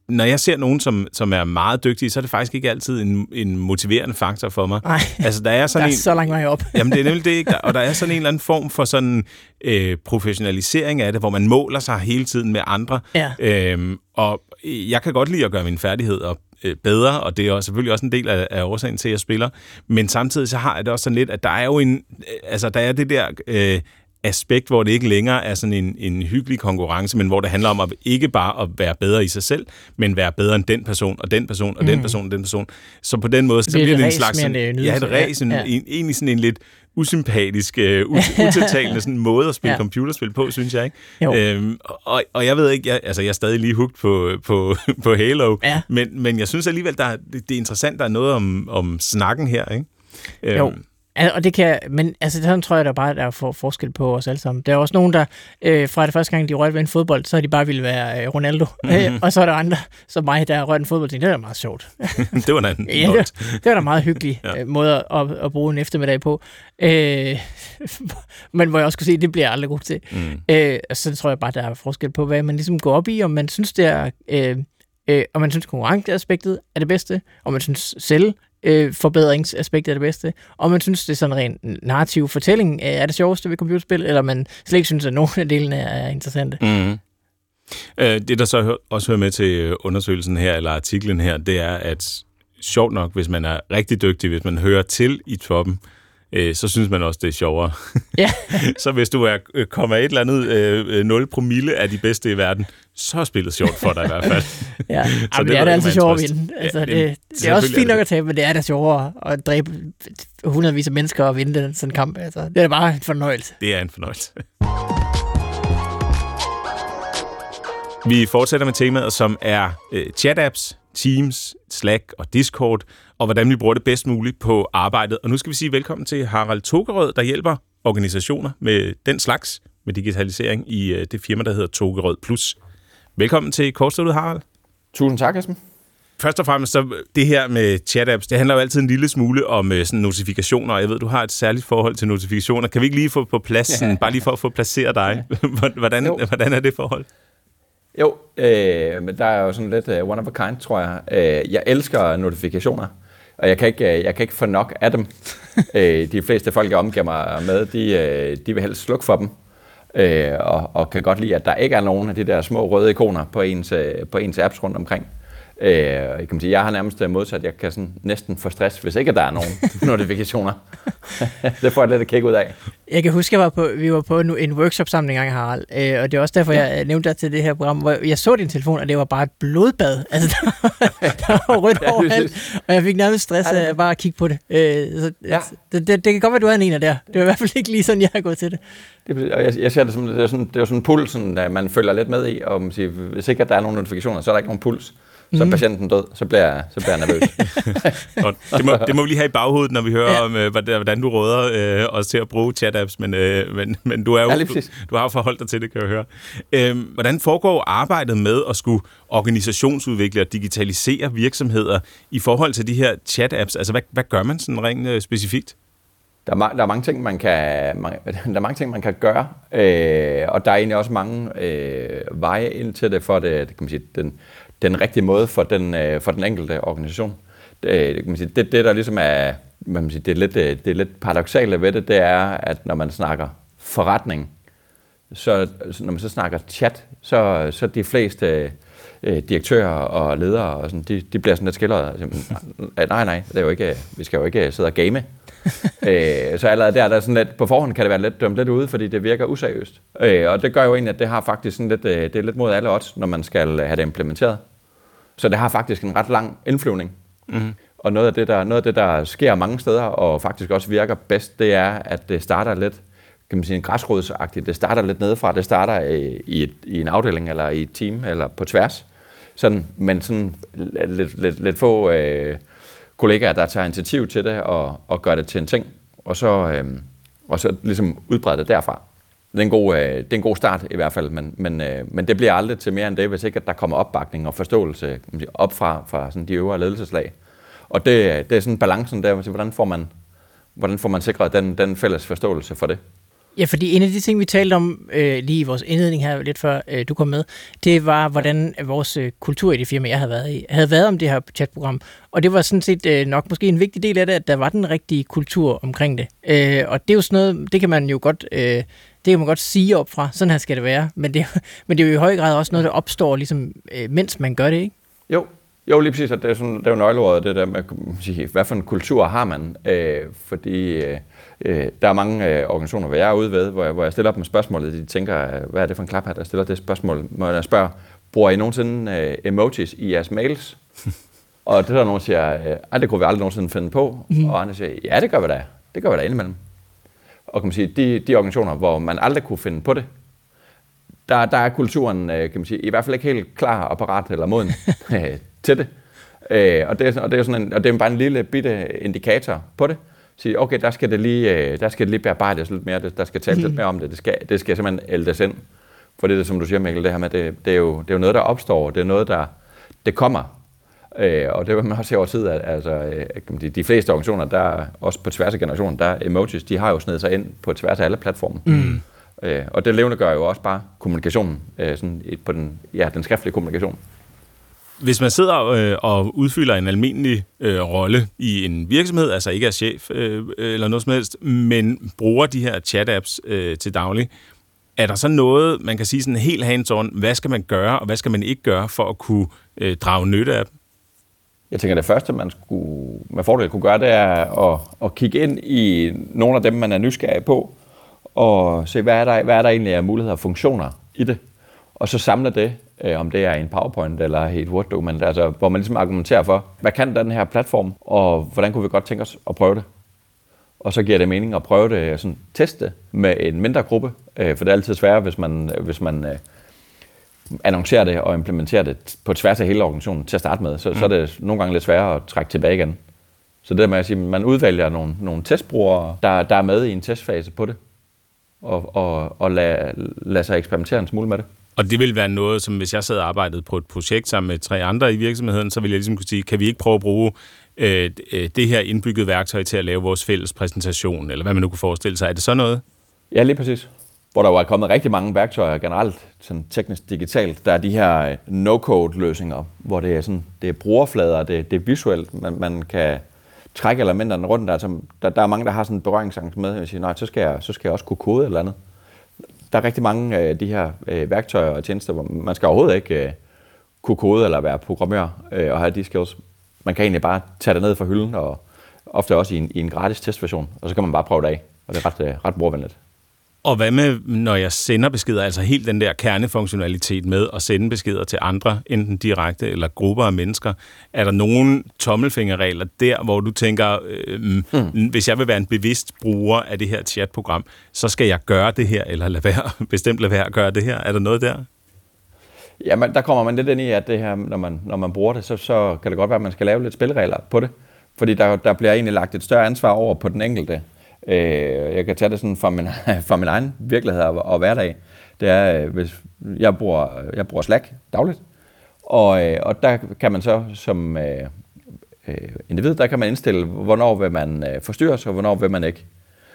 når jeg ser nogen, som, som er meget dygtige, så er det faktisk ikke altid en, en motiverende faktor for mig. Nej, altså, der er, sådan der er en, så langt vej op. Jamen, det er nemlig det, ikke? Og der er sådan en eller anden form for sådan øh, professionalisering af det, hvor man måler sig hele tiden med andre. Ja. Øhm, og jeg kan godt lide at gøre mine færdigheder øh, bedre, og det er også, selvfølgelig også en del af, af årsagen til, at jeg spiller. Men samtidig så har jeg det også sådan lidt, at der er jo en... Altså, der er det der... Øh, aspekt, hvor det ikke længere er sådan en, en hyggelig konkurrence, men hvor det handler om at ikke bare at være bedre i sig selv, men være bedre end den person, og den person, og mm. den person, og den person. Så på den måde, så bliver det en slags... Sådan, ja, et ræs, ja. en, egentlig sådan en lidt usympatisk, uh, utiltalende sådan måde at spille ja. computerspil på, synes jeg, ikke? Øhm, og, og jeg ved ikke, jeg, altså jeg er stadig lige hooked på, på, på Halo, ja. men, men jeg synes alligevel, der er, det, det er interessant, der er noget om, om snakken her, ikke? Jo. Øhm, Og det kan, men altså, sådan tror jeg, der bare der er for forskel på os alle sammen. Der er også nogen, der øh, fra det første gang, de rørte ved en fodbold, så har de bare ville være øh, Ronaldo. Mm-hmm. Øh, og så er der andre, som mig, der har rørt en fodbold, det er da meget sjovt. det var da en ja, det, det var da meget hyggelig ja. øh, måde at, at bruge en eftermiddag på. Øh, men hvor jeg også kunne se, at det bliver jeg aldrig god til. Mm. Øh, så tror jeg bare, der er forskel på, hvad man ligesom går op i, om man synes, det er, øh, øh, om man synes, konkurrenceaspektet er det bedste, om man synes selv, Øh, forbedringsaspekt er det bedste, og man synes, det er sådan en ren narrativ fortælling, er det sjoveste ved computerspil, eller man slet ikke synes, at nogen af delene er interessante. Mm. Øh, det, der så også hører med til undersøgelsen her, eller artiklen her, det er, at sjovt nok, hvis man er rigtig dygtig, hvis man hører til i toppen, øh, så synes man også, det er sjovere. Ja. Så hvis du er, kommer et eller andet øh, nul promille af de bedste i verden, så er spillet sjovt for dig i hvert fald. Ja, så Jamen, det, det er da altid sjovere at vinde. Altså, ja, det, det, det er også fint nok at tabe, men det er da sjovere at dræbe hundredvis af mennesker og vinde den, sådan en kamp. Altså, det er da bare en fornøjelse. Det er en fornøjelse. Vi fortsætter med temaet, som er øh, chat-apps, Teams, Slack og Discord, og hvordan vi bruger det bedst muligt på arbejdet. Og nu skal vi sige velkommen til Harald Tokerød, der hjælper organisationer med den slags, med digitalisering i øh, det firma, der hedder Tokerød Plus. Velkommen til Kortsluttet, Harald. Tusind tak, Esben. Først og fremmest, så det her med chat-apps, det handler jo altid en lille smule om øh, sådan notifikationer, og jeg ved, du har et særligt forhold til notifikationer. Kan vi ikke lige få på plads, sådan, bare lige for at få placeret dig? hvordan, hvordan er det forhold? Jo, øh, der er jo sådan lidt uh, one of a kind, tror jeg. Uh, jeg elsker notifikationer, og jeg kan ikke, uh, jeg kan ikke få nok af dem. uh, de fleste folk, jeg omgiver mig med, de, uh, de vil helst slukke for dem. Øh, og, og kan godt lide, at der ikke er nogen af de der små røde ikoner på ens, øh, på ens apps rundt omkring. Øh, jeg kan sige, jeg har nærmest modsat, jeg kan sådan næsten få stress, hvis ikke der er nogen notifikationer. Det får jeg lidt at kigge ud af. Jeg kan huske, jeg var på, vi var på en, en workshop sammen en gang, Harald, øh, og det er også derfor, ja. jeg nævnte dig til det her program, hvor jeg så din telefon, og det var bare et blodbad. Altså, der, der var rødt overalt, og jeg fik nærmest stress af ja, bare at kigge på det. Øh, så, ja. det, det. Det kan godt være, du er en af der. Det var i hvert fald ikke lige sådan, jeg har gået til det. det og jeg, jeg ser det som, det er sådan, det er sådan en puls, sådan, der man følger lidt med i, og man siger, hvis ikke der er nogen notifikationer, så er der ikke nogen puls. Så er patienten død, så bliver jeg, så bliver jeg nervøs. det, må, det må vi lige have i baghovedet, når vi hører ja. om, øh, hvordan du råder øh, os til at bruge chat-apps, men, øh, men, men du, er jo, ja, du, du har jo forholdt dig til det, kan jeg høre. Øh, hvordan foregår arbejdet med at skulle organisationsudvikle og digitalisere virksomheder i forhold til de her chat-apps? Altså, hvad, hvad gør man sådan rent øh, specifikt? Der er, der er mange ting, man kan, man, der er mange ting, man kan gøre, øh, og der er egentlig også mange øh, veje ind til det, for det, det kan man sige, den, den rigtige måde for den, øh, for den enkelte organisation. Det, det, kan man sige, det, det der ligesom er, man kan sige, det er lidt, det er lidt paradoksale ved det, det er, at når man snakker forretning, så når man så snakker chat, så, så de fleste øh, direktører og ledere, og sådan, de, de bliver sådan lidt skildret. Nej, nej, det er jo ikke, vi skal jo ikke sidde og game. øh, så allerede der, der er sådan lidt, på forhånd kan det være lidt dømt lidt ude, fordi det virker useriøst. Øh, og det gør jo egentlig, at det har faktisk sådan lidt, det er lidt mod alle odds, når man skal have det implementeret. Så det har faktisk en ret lang indflyvning. Mm-hmm. Og noget af, det, der, noget af det, der sker mange steder, og faktisk også virker bedst, det er, at det starter lidt, kan man sige, græsrodsagtigt. Det starter lidt nedefra. Det starter i, i, et, i en afdeling, eller i et team, eller på tværs. Sådan, men sådan lidt, lidt, lidt få øh, kollegaer, der tager initiativ til det, og, og gør det til en ting, og så, øh, og så ligesom udbreder det derfra. Det er en god, øh, det er en god start i hvert fald, men, men, øh, men det bliver aldrig til mere end det, hvis ikke at der kommer opbakning og forståelse op fra, fra sådan de øvre ledelseslag. Og det, det er sådan balancen der, hvordan får man, hvordan får man sikret den, den fælles forståelse for det. Ja, fordi en af de ting, vi talte om øh, lige i vores indledning her, lidt før øh, du kom med, det var, hvordan vores øh, kultur i det firma, jeg havde været i, havde været om det her chatprogram. Og det var sådan set øh, nok måske en vigtig del af det, at der var den rigtige kultur omkring det. Øh, og det er jo sådan noget, det kan man jo godt, øh, det kan man godt sige op fra, sådan her skal det være. Men det, men det er jo i høj grad også noget, der opstår, ligesom, øh, mens man gør det, ikke? Jo. Jo, lige præcis, det er, sådan, det er jo nøgleordet, det der med, sige, hvad for en kultur har man, øh, fordi øh, der er mange øh, organisationer, hvor jeg er ude ved, hvor jeg, hvor jeg stiller dem spørgsmålet, de tænker, hvad er det for en klaphat, der stiller det spørgsmål, når jeg spørger, bruger I nogensinde øh, emojis i jeres mails? Og det der nogen siger, øh, det kunne vi aldrig nogensinde finde på, mm. og andre siger, ja, det gør vi da, det gør vi da indimellem. Og kan man sige, de, de organisationer, hvor man aldrig kunne finde på det, der, der er kulturen, øh, kan man sige, i hvert fald ikke helt klar og parat eller moden til det. Øh, og, det er, og, det er sådan en, og det er bare en lille bitte indikator på det. Sige, okay, der skal det lige, der skal det lige bearbejdes lidt mere, der skal tales mm. lidt mere om det, det skal, det skal simpelthen ældes ind. For det er, som du siger, Mikkel, det her med, det, det, er jo, det er jo noget, der opstår, det er noget, der det kommer. Øh, og det vil man også se over tid, at altså, de, de fleste organisationer, der også på tværs af generationen, der emojis, de har jo snedet sig ind på tværs af alle platforme. Mm. Øh, og det levende gør jo også bare kommunikationen, øh, sådan på den, ja, den skriftlige kommunikation. Hvis man sidder øh, og udfylder en almindelig øh, rolle i en virksomhed, altså ikke er chef øh, eller noget som helst, men bruger de her chat-apps øh, til daglig, er der så noget, man kan sige sådan helt hands-on, hvad skal man gøre, og hvad skal man ikke gøre for at kunne øh, drage nytte af dem? Jeg tænker, det første, man skulle med fordel kunne gøre, det er at, at kigge ind i nogle af dem, man er nysgerrig på, og se, hvad er der, hvad er der egentlig af muligheder og funktioner i det, og så samle det, øh, om det er en PowerPoint eller et Word-dokument, altså, hvor man ligesom argumenterer for, hvad kan den her platform, og hvordan kunne vi godt tænke os at prøve det. Og så giver det mening at prøve det, sådan teste med en mindre gruppe, øh, for det er altid sværere, hvis man, hvis man øh, annoncerer det og implementerer det på tværs af hele organisationen til at starte med, så, mm. så er det nogle gange lidt sværere at trække tilbage igen. Så det med at sige, man udvælger nogle, nogle testbrugere, der, der er med i en testfase på det, og, og, og lade lad sig eksperimentere en smule med det. Og det vil være noget, som hvis jeg sad og arbejdede på et projekt sammen med tre andre i virksomheden, så ville jeg ligesom kunne sige, kan vi ikke prøve at bruge øh, det her indbygget værktøj til at lave vores fælles præsentation, eller hvad man nu kunne forestille sig. Er det så noget? Ja, lige præcis. Hvor der jo er kommet rigtig mange værktøjer generelt, sådan teknisk digitalt. Der er de her no-code-løsninger, hvor det er, sådan, det er brugerflader, det, det er visuelt, man, man kan trække elementerne rundt. Altså, der, der er mange, der har sådan en berøringsangst med, at sige, nej, så skal, jeg, så skal jeg også kunne kode eller andet. Der er rigtig mange af de her øh, værktøjer og tjenester, hvor man skal overhovedet ikke øh, kunne kode eller være programmør øh, og have de skills. Man kan egentlig bare tage det ned fra hylden, og ofte også i en, i en gratis testversion, og så kan man bare prøve det af, og det er ret, øh, ret brugervenligt. Og hvad med, når jeg sender beskeder, altså helt den der kernefunktionalitet med at sende beskeder til andre, enten direkte eller grupper af mennesker, er der nogle tommelfingerregler der, hvor du tænker, øh, hmm. hvis jeg vil være en bevidst bruger af det her chatprogram, så skal jeg gøre det her, eller lade være, bestemt lade være at gøre det her? Er der noget der? Jamen, der kommer man lidt ind i, at det her, når man, når man bruger det, så, så kan det godt være, at man skal lave lidt spilleregler på det, fordi der, der bliver egentlig lagt et større ansvar over på den enkelte. Jeg kan tage det sådan fra min, fra min egen virkelighed og, og hverdag. Det er, hvis jeg bruger, jeg bruger Slack dagligt, og, og der kan man så som øh, individ, der kan man indstille, hvornår vil man forstyrres, og hvornår vil man ikke.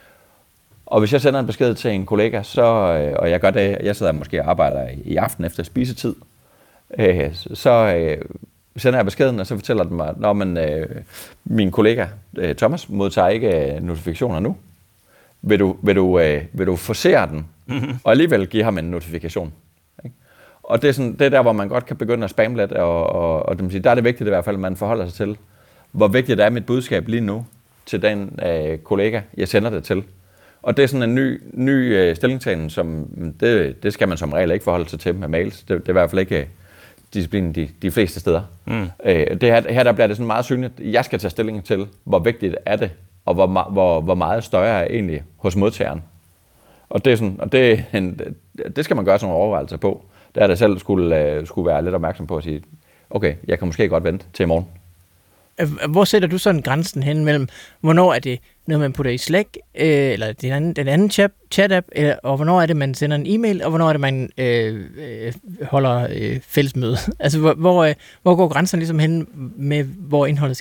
Og hvis jeg sender en besked til en kollega, så, og jeg gør det, jeg sidder måske og arbejder i aften efter spisetid, øh, så øh, sender jeg beskeden, og så fortæller den mig, når man, øh, min kollega øh, Thomas modtager ikke øh, notifikationer nu. Vil du, vil du, øh, vil du forsere den, mm-hmm. og alligevel give ham en notifikation? Ikke? Og det er, sådan, det er der, hvor man godt kan begynde at spamme lidt, og, og, og det, der er det vigtigt i hvert fald, at man forholder sig til, hvor vigtigt er mit budskab lige nu til den øh, kollega, jeg sender det til. Og det er sådan en ny, ny øh, stillingtagen, som det, det skal man som regel ikke forholde sig til med mails. Det, det er i hvert fald ikke disciplinen de, de fleste steder. Mm. Øh, det her, her der bliver det sådan meget synligt. Jeg skal tage stilling til, hvor vigtigt er det, og hvor, hvor, hvor meget støjer er egentlig hos modtageren. Og det, er sådan, og det, en, det skal man gøre sådan nogle overvejelser på. Der er det selv skulle, skulle være lidt opmærksom på at sige, okay, jeg kan måske godt vente til i morgen. Hvor sætter du sådan grænsen hen mellem, hvornår er det noget, man putter i Slack, øh, eller den anden, den anden chat, chat-app, eller, og hvornår er det, man sender en e-mail, og hvornår er det, man øh, øh, holder øh, fællesmøde? Altså, hvor, hvor, øh, hvor går grænsen ligesom hen med, hvor indholdet skal hen?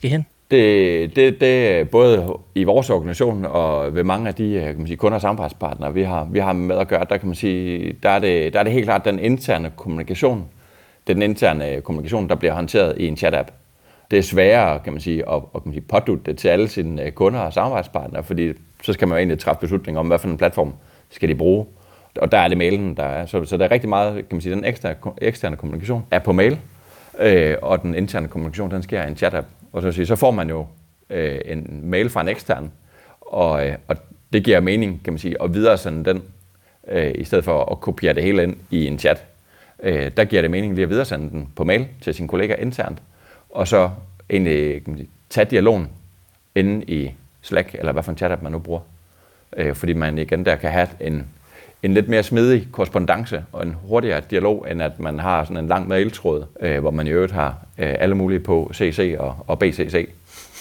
Det, det, det både i vores organisation og ved mange af de kan man sige, kunder og samarbejdspartnere, vi har, vi har med at gøre, der kan man sige, der er det, der er det helt klart den interne kommunikation, den interne kommunikation, der bliver håndteret i en chat-app. Det er sværere, kan man sige, at, at kan man sige, pådutte det til alle sine kunder og samarbejdspartnere, fordi så skal man jo egentlig træffe beslutninger om, hvad for en platform skal de bruge. Og der er det mailen, der er. Så, så der er rigtig meget, kan man sige, den eksterne, eksterne kommunikation er på mail, øh, og den interne kommunikation, den sker i en chat-app. Og så, sige, så får man jo øh, en mail fra en ekstern, og, øh, og det giver mening, kan man sige, at videresende den, øh, i stedet for at kopiere det hele ind i en chat. Øh, der giver det mening lige at videresende den på mail til sine kollegaer internt, og så egentlig kan man sige, tage dialogen inde i Slack, eller hvad for en chat-app man nu bruger. Øh, fordi man igen der kan have en, en lidt mere smidig korrespondance og en hurtigere dialog, end at man har sådan en lang mailtråd, øh, hvor man i øvrigt har øh, alle mulige på C C og, og B C C.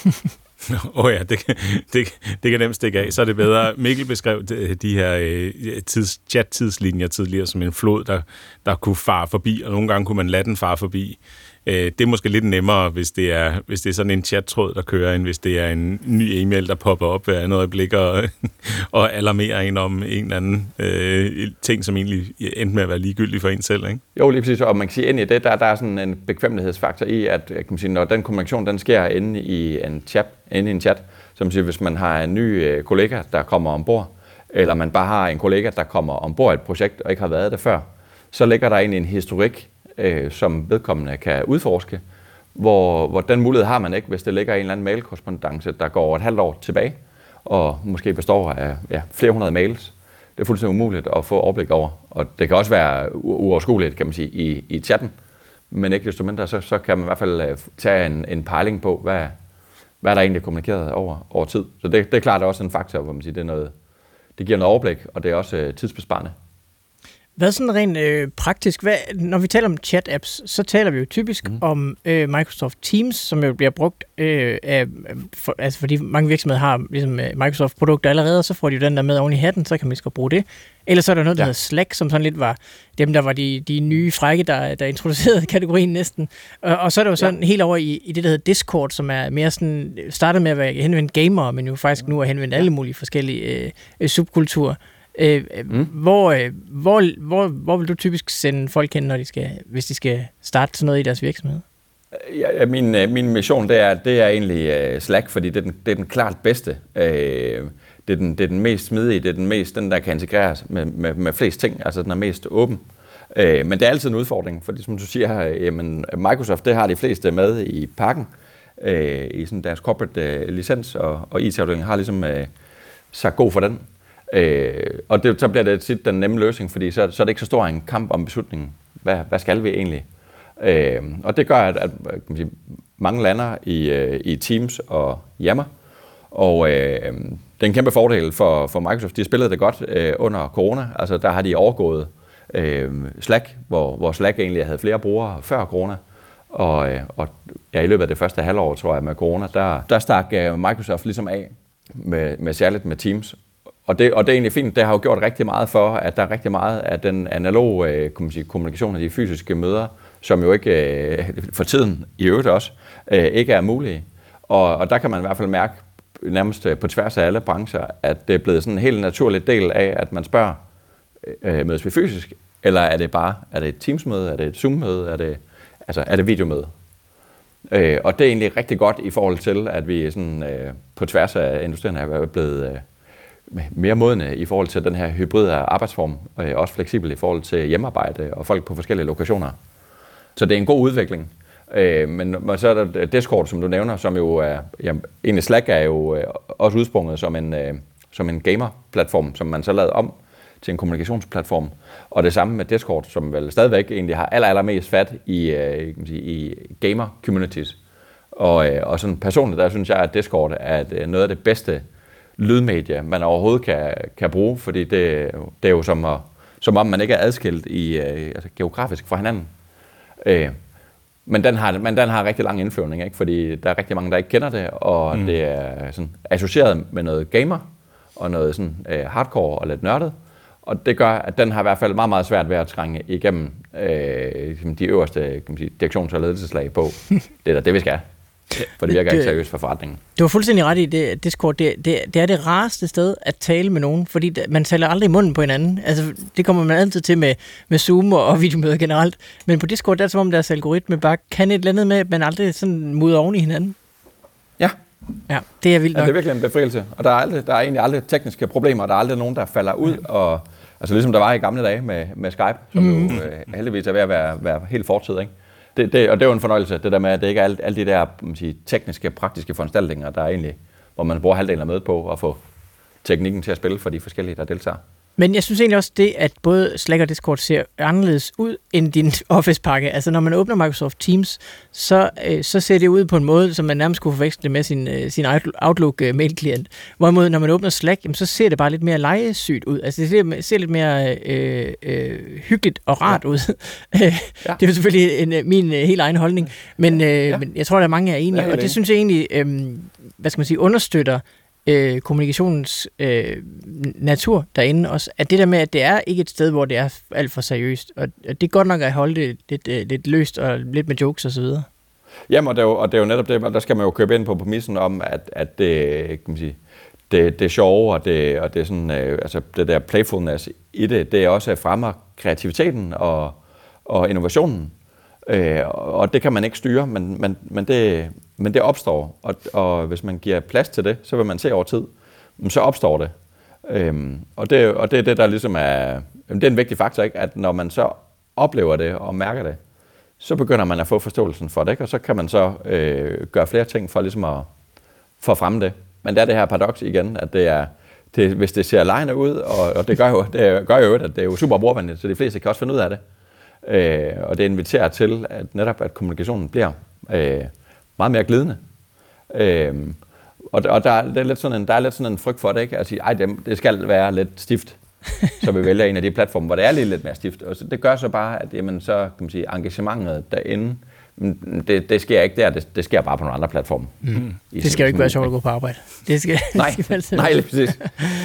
Åh oh ja, det, det, det kan nemt stikke af. Så er det bedre. Mikkel beskrev de, de her øh, tids, chat-tidslinjer tidligere som en flod, der, der kunne fare forbi, og nogle gange kunne man lade den fare forbi. Øh, det er måske lidt nemmere, hvis det er, hvis det er sådan en chat-tråd, der kører, end hvis det er en ny e-mail, der popper op hver andet øjeblik og, og alarmerer en om en eller anden øh, ting, som egentlig endte med at være ligegyldig for en selv, ikke? Jo, lige præcis. Og man kan sige, ind i det, der, der er sådan en bekvemmelighedsfaktor i, at kan man sige, når den kommunikation, den sker inde i en chat, inde i en chat, som siger, hvis man har en ny øh, kollega, der kommer ombord, eller man bare har en kollega, der kommer ombord i et projekt og ikke har været det før, så ligger der egentlig en historik, øh, som vedkommende kan udforske, hvor, hvor den mulighed har man ikke, hvis det ligger i en eller anden mailkorrespondance, der går et halvt år tilbage, og måske består af ja, flere hundrede mails. Det er fuldstændig umuligt at få overblik over, og det kan også være uoverskueligt, kan man sige, i, i chatten, men ikke desto mindre, så, så kan man i hvert fald tage en, en pejling på, hvad hvad der egentlig er kommunikeret over, over tid. Så det, det er klart også en faktor, hvor man siger, det, er noget, det giver noget overblik, og det er også øh, tidsbesparende. Hvad er sådan rent øh, praktisk? Hvad, når vi taler om chat-apps, så taler vi jo typisk mm. om øh, Microsoft Teams, som jo bliver brugt øh, af, for, altså fordi mange virksomheder har ligesom, Microsoft-produkter allerede, så får de jo den der med oven i hatten, så kan man skal bruge det. Ellers så er der noget, der ja. hedder Slack, som sådan lidt var dem, der var de, de nye frække, der, der introducerede kategorien næsten. Og, og så er der jo sådan ja. helt over i, i det, der hedder Discord, som er mere sådan, startede med at være henvendt gamere, men jo faktisk nu er henvendt alle mulige forskellige øh, subkulturer. Øh, mm. hvor, øh, hvor, hvor, hvor vil du typisk sende folk hen, når de skal, hvis de skal starte sådan noget i deres virksomhed? Ja, min, min mission, det er, det er egentlig uh, Slack, fordi det er den, det er den klart bedste. Uh, det, er den, det er den mest smidige, det er den mest, den der kan integreres med, med, med flest ting, altså den er mest åben. Uh, men det er altid en udfordring, fordi som du siger her, jamen, Microsoft, det har de fleste med i pakken, uh, i sådan deres corporate uh, licens, og, og I T-afdelingen har ligesom uh, sagt god for den. Øh, og det, så bliver det tit den nemme løsning, fordi så, så er det ikke så stor en kamp om beslutningen. Hvad, hvad skal vi egentlig? Øh, og det gør, at, at kan man sige, mange lander i, øh, i Teams og Yammer. Og øh, det er en kæmpe fordel for, for Microsoft. De spillede det godt øh, under corona. Altså der har de overgået øh, Slack, hvor, hvor Slack egentlig havde flere brugere før corona. Og, øh, og ja, i løbet af det første halvår, tror jeg, med corona, der, der stak øh, Microsoft ligesom af med, med særligt med Teams. Og det, og det er egentlig fint, det har jo gjort rigtig meget for, at der er rigtig meget af den analoge øh, kommunikation af de fysiske møder, som jo ikke øh, for tiden i øvrigt også, øh, ikke er mulige. Og, og der kan man i hvert fald mærke nærmest på tværs af alle brancher, at det er blevet sådan en helt naturlig del af, at man spørger, øh, mødes vi fysisk, eller er det bare, er det et Teams-møde, er det et Zoom-møde, er det, altså, er det videomøde? Øh, og det er egentlig rigtig godt i forhold til, at vi sådan, øh, på tværs af industrien er blevet... Øh, mere modne i forhold til den her hybride arbejdsform, og også fleksibel i forhold til hjemmearbejde og folk på forskellige lokationer. Så det er en god udvikling. Men så er der Discord, som du nævner, som jo er, ja, egentlig Slack er jo også udsprunget som en, som en gamer-platform, som man så lavede om til en kommunikationsplatform. Og det samme med Discord, som vel stadigvæk egentlig har aller, allermest fat i, i gamer-communities. Og, og sådan personligt, der synes jeg, at Discord er noget af det bedste lydmedie, man overhovedet kan, kan bruge, fordi det, det er jo som, at, som om man ikke er adskilt i, altså geografisk fra hinanden. Øh, men, den har, men den har rigtig lang indflyvning, ikke? Fordi der er rigtig mange, der ikke kender det, og mm. det er sådan associeret med noget gamer, og noget sådan, øh, hardcore og lidt nørdet, og det gør, at den har i hvert fald meget, meget svært ved at trænge igennem øh, de øverste kan man sige, direktions- og ledelseslag på. Det er da det, vi skal. For det virker det, ikke seriøst for forretningen. Du har fuldstændig ret i det, Discord. Det, det, det er det rareste sted at tale med nogen, fordi man taler aldrig i munden på hinanden. Altså, det kommer man altid til med, med Zoom og videomøder generelt. Men på Discord, der er det som om deres algoritme bare kan et eller andet med, at man aldrig sådan mudder oven i hinanden. Ja. Ja, det er vildt nok. Ja, det er virkelig en befrielse. Og der er, aldrig, der er egentlig aldrig tekniske problemer. Der er aldrig nogen, der falder ud. Og, altså ligesom der var i gamle dage med, med Skype, som mm. jo øh, heldigvis er ved at være, være helt fortid, ikke? Det, det, og det er jo en fornøjelse, det der med, at det ikke er alle, alle de der man sige, tekniske, praktiske foranstaltninger, der er egentlig, hvor man bruger halvdelen af mødet på at få teknikken til at spille for de forskellige, der deltager. Men jeg synes egentlig også det, at både Slack og Discord ser anderledes ud end din Office-pakke. Altså når man åbner Microsoft Teams, så, øh, så ser det ud på en måde, som man nærmest kunne forveksle med sin, øh, sin Outlook-mail-klient. Hvorimod når man åbner Slack, jamen, så ser det bare lidt mere legesygt ud. Altså det ser, ser lidt mere øh, øh, hyggeligt og rart ja. ud. Ja. Det er jo selvfølgelig en, min øh, helt egen holdning, men, øh, ja. men jeg tror, der er mange, der er enige. Ja, og det synes jeg egentlig, øh, hvad skal man sige, understøtter Øh, kommunikationens øh, natur derinde også, at det der med, at det er ikke et sted, hvor det er alt for seriøst, og det er godt nok at holde det lidt, øh, lidt løst og lidt med jokes og så videre. Jamen, og det er jo, og det er jo netop det, der skal man jo købe ind på præmissen om, at, at det, kan man sige, det, det er sjove, og det, og det er sådan, øh, altså det der playfulness i det, det er også at fremme kreativiteten og, og innovationen. Øh, og det kan man ikke styre, men, men, men, det, men det opstår, og, og hvis man giver plads til det, så vil man se over tid, så opstår det. Øhm, og, det og det er det, der ligesom er, det er en vigtig faktor, ikke? At når man så oplever det og mærker det, så begynder man at få forståelsen for det, ikke? Og så kan man så øh, gøre flere ting for ligesom at, for at fremme det. Men det er det her paradoks igen, at det er, det, hvis det ser lejende ud, og, og det gør jo, det gør jo, at det er jo super brugervenligt, så de fleste kan også finde ud af det. Øh, og det inviterer til, at netop at kommunikationen bliver øh, meget mere glidende. Øh, og og der, er, det er lidt sådan en, der er lidt sådan en frygt for det, ikke? At sige, ej, det, det skal være lidt stift, så vi vælger en af de platforme, hvor det er lidt, lidt mere stift. Og så, det gør så bare, at jamen, så kan man sige, engagementet derinde, det, det sker ikke der, det, det sker bare på nogle andre platforme. Mm. Det skal jo ikke være sjovt at gå på arbejde. Det skal, nej, det skal nej, lige præcis.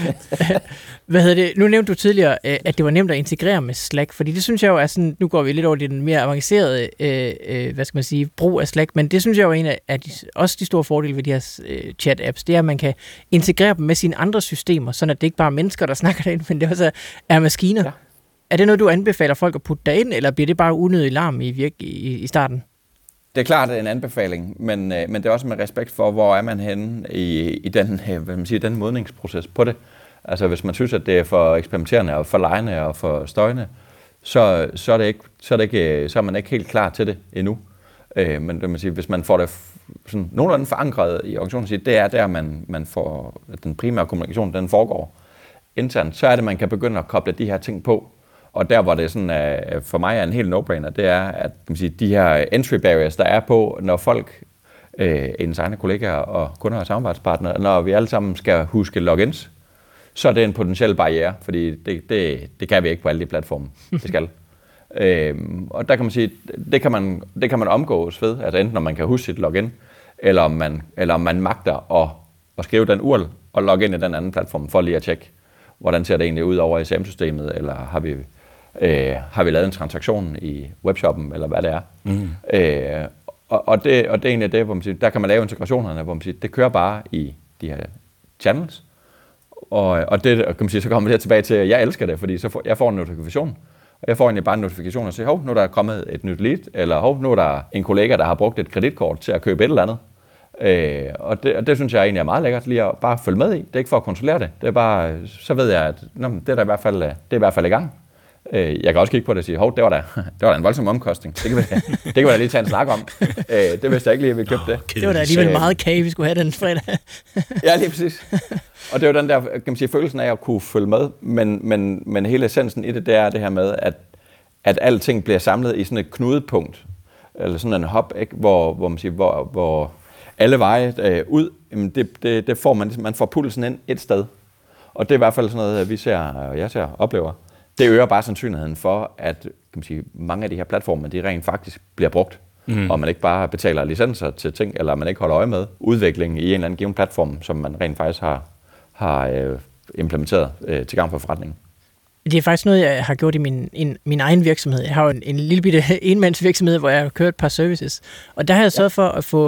Hvad hedder det? Nu nævnte du tidligere, at det var nemt at integrere med Slack, fordi det synes jeg jo er sådan, nu går vi lidt over i den mere avancerede, øh, hvad skal man sige, brug af Slack, men det synes jeg jo er en af de, også de store fordele ved de her øh, chat-apps, det er, at man kan integrere dem med sine andre systemer, sådan at det ikke bare er mennesker, der snakker derinde, men det også er, er maskiner. Ja. Er det noget, du anbefaler folk at putte derind, eller bliver det bare unødig larm i, virke, i, i starten? Det er klart, det er en anbefaling, men, men det er også med respekt for, hvor er man henne i, i den, hvad man siger, den modningsproces på det. Altså hvis man synes, at det er for eksperimenterende og for legende og for støjende, så, så, er, det ikke, så, er, det ikke, så er man ikke helt klar til det endnu. Øh, men det man siger, hvis man får det sådan nogenlunde forankret i organisationen, det er der, man, man får den primære kommunikation, den foregår internt, så er det, man kan begynde at koble de her ting på. Og der, hvor det sådan, uh, for mig er en helt no-brainer, det er, at kan man sige, de her entry barriers, der er på, når folk, uh, ens egne kollegaer og kunder og samarbejdspartnere, når vi alle sammen skal huske logins, så er det en potentiel barriere, fordi det, det, det kan vi ikke på alle de platforme, det skal. uh, og der kan man sige, det kan man, det kan man omgås ved, altså enten om man kan huske sit login, eller om man, eller om man magter at, at skrive den U R L og logge ind i den anden platform, for lige at tjekke, hvordan ser det egentlig ud over i S M systemet, eller har vi Øh, har vi lavet en transaktion i webshoppen, eller hvad det er. Mm. Øh, og, og, det, og det er egentlig det, hvor man siger, der kan man lave integrationerne, hvor man siger, det kører bare i de her channels. Og, og det kan man sige, så kommer jeg tilbage til, at jeg elsker det, fordi så får, jeg får en notifikation, og jeg får egentlig bare en notifikation og siger, hov, nu er der kommet et nyt lead, eller hov, nu er der en kollega, der har brugt et kreditkort til at købe et eller andet. Øh, og, det, og det synes jeg egentlig er meget lækkert, lige at bare følge med i. Det er ikke for at kontrollere det. Det er bare, så ved jeg, at nå, det er der i hvert fald, det er i hvert fald i gang. Jeg kan også kigge på det og sige, hov, det var da, det var da en voldsom omkosting. Det kan vi, det kan vi da lige tage en snak om. Det vidste jeg ikke lige, at vi købte det. Det var da alligevel meget kage, vi skulle have den fredag. Ja, lige præcis. Og det er jo den der, kan man sige, følelsen af at kunne følge med, men, men, men hele essensen i det, det er det her med, at, at alting bliver samlet i sådan et knudepunkt, eller sådan en hub, ikke? Hvor, hvor man siger, hvor, hvor alle veje øh, ud, jamen det, det, det får man, man får pulsen ind et sted. Og det er i hvert fald sådan noget, vi ser, og jeg ser, oplever. Det øger bare sandsynligheden for, at kan man sige, mange af de her platforme, de rent faktisk bliver brugt. Mm. Og man ikke bare betaler licenser til ting, eller man ikke holder øje med udviklingen i en eller anden given platform, som man rent faktisk har, har øh, implementeret øh, til gavn for forretningen. Det er faktisk noget, jeg har gjort i min, en, min egen virksomhed. Jeg har jo en, en lille bitte enmandsvirksomhed, hvor jeg har kørt et par services. Og der har jeg sørget for at få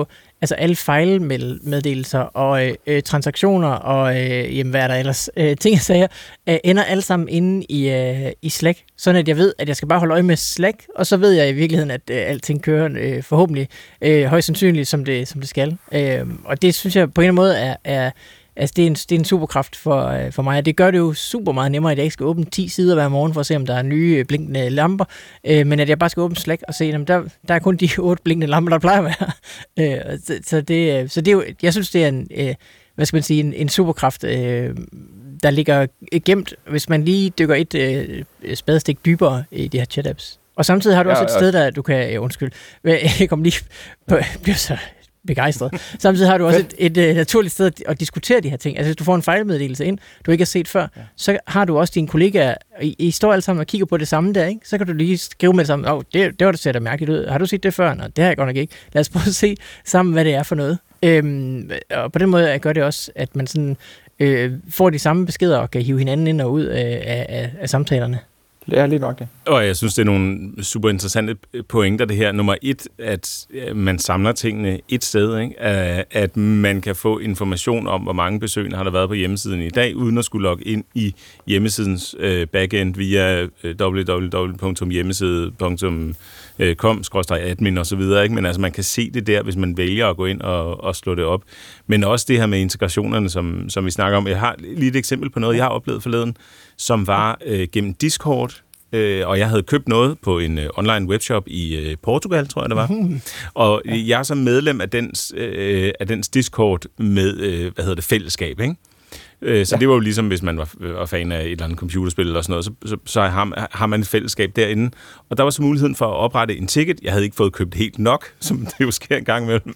altså alle fejlmeddelelser og øh, transaktioner og øh, jamen, hvad er der ellers, øh, ting og sager, øh, ender alle sammen inde i, øh, i Slack, sådan at jeg ved, at jeg skal bare holde øje med Slack, og så ved jeg i virkeligheden, at øh, alting kører øh, forhåbentlig øh, højst sandsynligt, som det, som det skal. Øh, og det synes jeg på en eller anden måde er, er altså det er en, det er en superkraft for, øh, for mig, og det gør det jo super meget nemmere, at jeg ikke skal åbne ti sider hver morgen for at se, om der er nye øh, blinkende lamper, øh, men at jeg bare skal åbne Slack og se, at der, der er kun de otte blinkende lamper, der plejer at være. øh, så, så, det, så det er jo, jeg synes, det er en, øh, hvad skal man sige, en, en superkraft, øh, der ligger gemt, hvis man lige dykker et øh, spadestik dybere i de her chat-apps. Og samtidig har du ja, også et sted, der du kan, ja, undskyld, jeg kommer lige på, bliver så begejstret. Samtidig har du også et, et, et naturligt sted at, at diskutere de her ting. Altså hvis du får en fejlmeddelelse ind, du ikke har set før, ja. Så har du også dine kollegaer, I, I står alle sammen og kigger på det samme der, ikke? Så kan du lige skrive med det samme, åh, oh, det, det var det ser da mærkeligt ud. Har du set det før? Nå, det har jeg godt nok ikke. Lad os prøve at se sammen, hvad det er for noget. Øhm, og på den måde gør det også, at man sådan, øh, får de samme beskeder og kan hive hinanden ind og ud af, af, af samtalerne. Det er lige nok det. Og jeg synes, det er nogle super interessante pointer, det her. Nummer et, at man samler tingene et sted, ikke? At man kan få information om, hvor mange besøgende har der været på hjemmesiden i dag, uden at skulle logge ind i hjemmesidens backend via w w w punktum hjemmeside punktum com skråstreg admin og så videre, ikke? Men altså, man kan se det der, hvis man vælger at gå ind og, og slå det op. Men også det her med integrationerne, som, som vi snakker om. Jeg har lige et eksempel på noget, jeg har oplevet forleden, som var øh, gennem Discord, øh, og jeg havde købt noget på en øh, online webshop i øh, Portugal, tror jeg det var. Mm-hmm. Og ja. Jeg er så medlem af dens, øh, af dens Discord med, øh, hvad hedder det, fællesskab, ikke? Øh, så ja. Det var jo ligesom, hvis man var, var fan af et eller andet computerspil eller sådan noget, så, så, så har, har man et fællesskab derinde. Og der var så muligheden for at oprette en ticket. Jeg havde ikke fået købt helt nok, som det jo sker en gang imellem.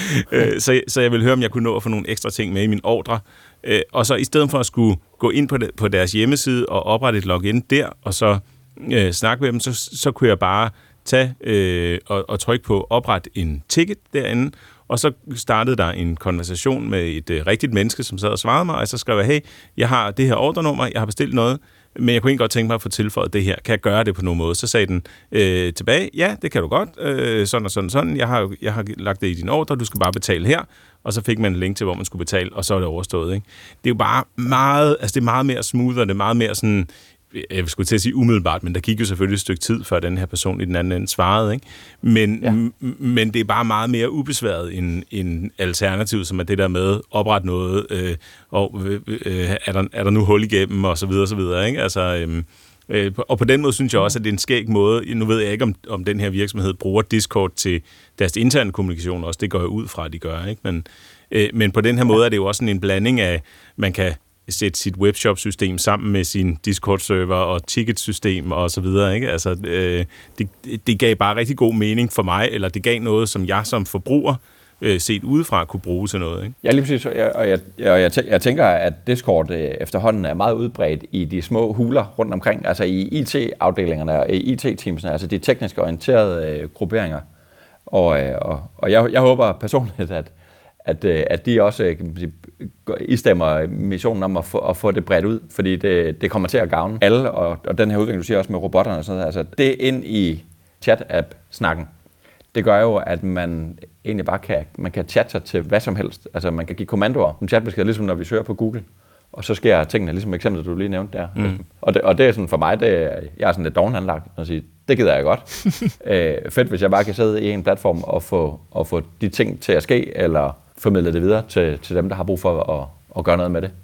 øh, så, så jeg ville høre, om jeg kunne nå at få nogle ekstra ting med i min ordre. Øh, og så i stedet for at skulle gå ind på, det, på deres hjemmeside og oprette et login der, og så øh, snakke med dem, så, så kunne jeg bare tage øh, og, og trykke på opret en ticket derinde, og så startede der en konversation med et øh, rigtigt menneske, som sad og svarede mig, og så skrev jeg, hey, jeg har det her ordrenummer, jeg har bestilt noget, men jeg kunne ikke godt tænke mig at få tilføjet det her. Kan jeg gøre det på nogen måde? Så sagde den øh, tilbage, ja, det kan du godt, øh, sådan og sådan sådan, jeg har, jeg har lagt det i din ordre, du skal bare betale her, og så fik man en link til, hvor man skulle betale, og så er det overstået, ikke? Det er jo bare meget, altså det er meget mere smooth, og det er meget mere sådan, jeg skulle til at sige umiddelbart, men der gik jo selvfølgelig et stykke tid, før den her person i den anden ende svarede, ikke? Men, ja. m- men det er bare meget mere ubesværet end, end alternativ, som er det der med oprette noget, øh, og øh, er, der, er der nu hul igennem, og så videre, og så videre, ikke? Altså, øh, øh, og på den måde synes jeg også, at det er en skæg måde. Nu ved jeg ikke, om, om den her virksomhed bruger Discord til deres interne kommunikation også. Det går jeg ud fra, at de gør, ikke? Men, øh, men på den her måde er det jo også en blanding af, man kan sætte sit webshop-system sammen med sin Discord-server og ticketsystem og så videre, ikke? Altså, øh, det, det gav bare rigtig god mening for mig, eller det gav noget, som jeg som forbruger øh, set udefra kunne bruge til noget, ikke? Ja, lige præcis. Og jeg, og jeg, jeg, jeg tænker, at Discord øh, efterhånden er meget udbredt i de små huler rundt omkring, altså i I T-afdelingerne og i I T-teamsene, altså de teknisk orienterede øh, grupperinger. Og, øh, og, og jeg, jeg håber personligt, at At, at de også kan man sige, istemmer missionen om at få, at få det bredt ud, fordi det, det kommer til at gavne alle, og, og den her udvikling, du siger også med robotterne og sådan noget, altså det ind i chat-app-snakken, det gør jo, at man egentlig bare kan, man kan chatte sig til hvad som helst, altså man kan give kommandoer, en chatbesked, ligesom når vi søger på Google, og så sker tingene, ligesom eksemplet, du lige nævnte der. Mm. Og, det, og det er sådan for mig, det, jeg er sådan lidt dovenanlagt, og sige, det gider jeg godt. Æ, fedt, hvis jeg bare kan sidde i en platform og få, og få de ting til at ske, eller formidle det videre til, til dem, der har brug for at, at gøre noget med det.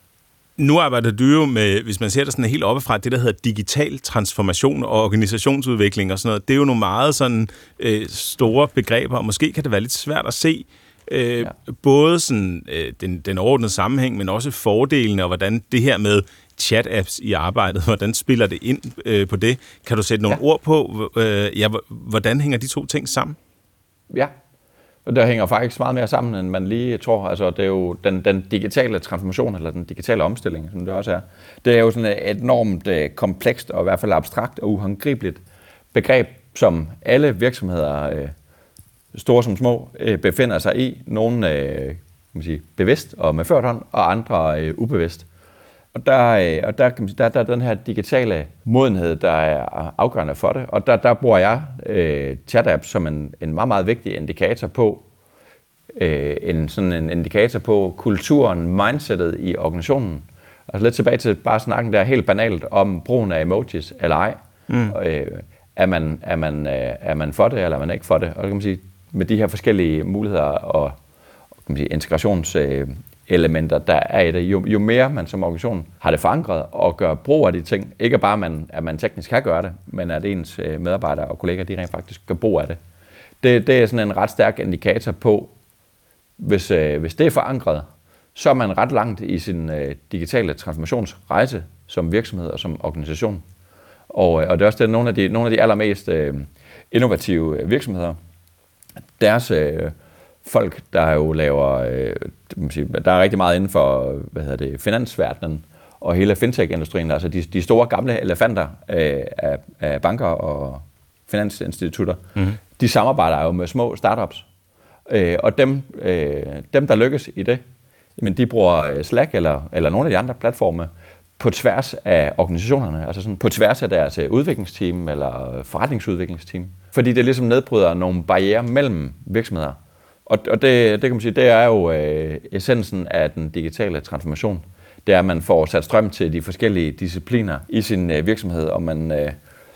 Nu arbejder du jo med, hvis man ser det sådan helt oppefra, det der hedder digital transformation og organisationsudvikling og sådan noget. Det er jo nogle meget sådan øh, store begreber, og måske kan det være lidt svært at se øh, ja. både sådan, øh, den, den overordnede sammenhæng, men også fordelene, og hvordan det her med chat-apps i arbejdet, hvordan spiller det ind øh, på det? Kan du sætte nogle ja. ord på, øh, ja, hvordan hænger de to ting sammen? Ja. Og det hænger faktisk meget mere sammen, end man lige tror. Altså, det er jo den, den digitale transformation, eller den digitale omstilling, som det også er. Det er jo sådan et enormt uh, komplekst, og i hvert fald abstrakt og uhåndgribeligt begreb, som alle virksomheder, uh, store som små, uh, befinder sig i. Nogle uh, kan man sige, bevidst og med ført hånd, og andre uh, ubevidst. Og der, uh, og der, kan man sige, der, der er den her digitale modenhed, der er afgørende for det. Og der, der bruger jeg uh, chat-apps som en, en meget, meget vigtig indikator på, øh, en, sådan en indikator på kulturen, mindsetet i organisationen. Altså lidt tilbage til bare snakken der helt banalt om brugen af emojis eller ej. Mm. Øh, er, man, er, man, øh, er man for det, eller er man ikke for det? Og kan man sige, med de her forskellige muligheder og kan man sige, integrationselementer, der er i det, jo, jo mere man som organisation har det forankret og gør brug af de ting, ikke bare man, at man teknisk kan gøre det, men at ens medarbejdere og kolleger, de rent faktisk gør brug af det. Det, det er sådan en ret stærk indikator på, hvis, øh, hvis det er forankret, så er man ret langt i sin øh, digitale transformationsrejse som virksomhed og som organisation. Og, og det er også det, nogle af de, nogle af de allermest øh, innovative virksomheder, deres øh, folk, der jo laver, øh, der er rigtig meget inden for hvad hedder det, finansverdenen og hele fintech-industrien, altså de, de store gamle elefanter øh, af, af banker og finansinstitutter, mm-hmm. de samarbejder jo med små startups. Øh, og dem, øh, dem, der lykkes i det, jamen de bruger Slack eller, eller nogle af de andre platforme på tværs af organisationerne, altså sådan på tværs af deres udviklingsteam eller forretningsudviklingsteam. Fordi det ligesom nedbryder nogle barrierer mellem virksomheder. Og, og det, det kan man sige, det er jo øh, essensen af den digitale transformation. Det er, at man får sat strøm til de forskellige discipliner i sin øh, virksomhed, og man øh,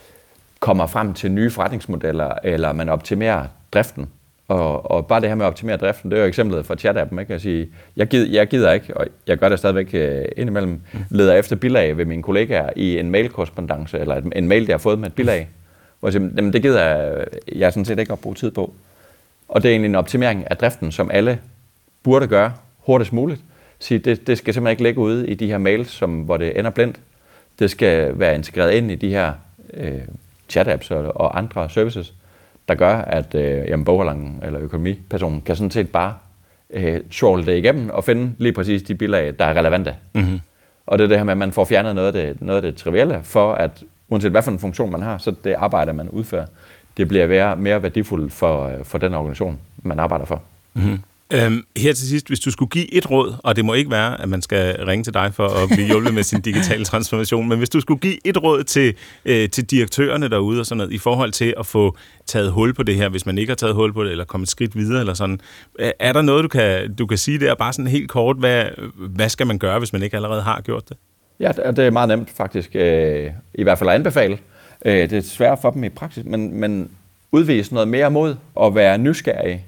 kommer frem til nye forretningsmodeller, eller man optimerer driften. Og, og bare det her med at optimere driften, det er jo eksemplet fra chat-appen. Ikke? Jeg, sige, jeg, gider, jeg gider ikke, og jeg gør det stadigvæk uh, indimellem, leder efter bilag ved mine kollegaer i en mailkorrespondance, eller et, en mail, jeg har fået med et bilag. Hvor jeg siger, jamen, det gider jeg, jeg sådan set ikke at bruge tid på. Og det er egentlig en optimering af driften, som alle burde gøre hurtigst muligt. Sige, det, det skal simpelthen ikke ligge ude i de her mails, som, hvor det ender blindt. Det skal være integreret ind i de her uh, chat-apps og, og andre services, der gør, at øh, jamen, bogholderen eller økonomipersonen kan sådan set bare øh, scrolle det igennem og finde lige præcis de bilag, der er relevante. Mm-hmm. Og det er det her med, at man får fjernet noget af det, noget af det trivielle, for at uanset hvad for en funktion man har, så det arbejde, man udfører, det bliver mere, mere værdifuldt for, for den organisation, man arbejder for. Mm-hmm. Øhm, her til sidst, hvis du skulle give et råd, og det må ikke være, at man skal ringe til dig for at blive hjulpet med sin digitale transformation, men hvis du skulle give et råd til, øh, til direktørerne derude og sådan noget, i forhold til at få taget hul på det her, hvis man ikke har taget hul på det, eller kommet et skridt videre, eller sådan, er der noget, du kan, du kan sige der, bare sådan helt kort, hvad, hvad skal man gøre, hvis man ikke allerede har gjort det? Ja, det er meget nemt faktisk, øh, i hvert fald at anbefale. Øh, det er svært for dem i praksis, men, men udvise noget mere mod at være nysgerrig,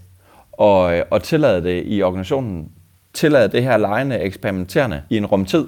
Og, og tillade det i organisationen, tillade det her legende, eksperimenterende i en rumtid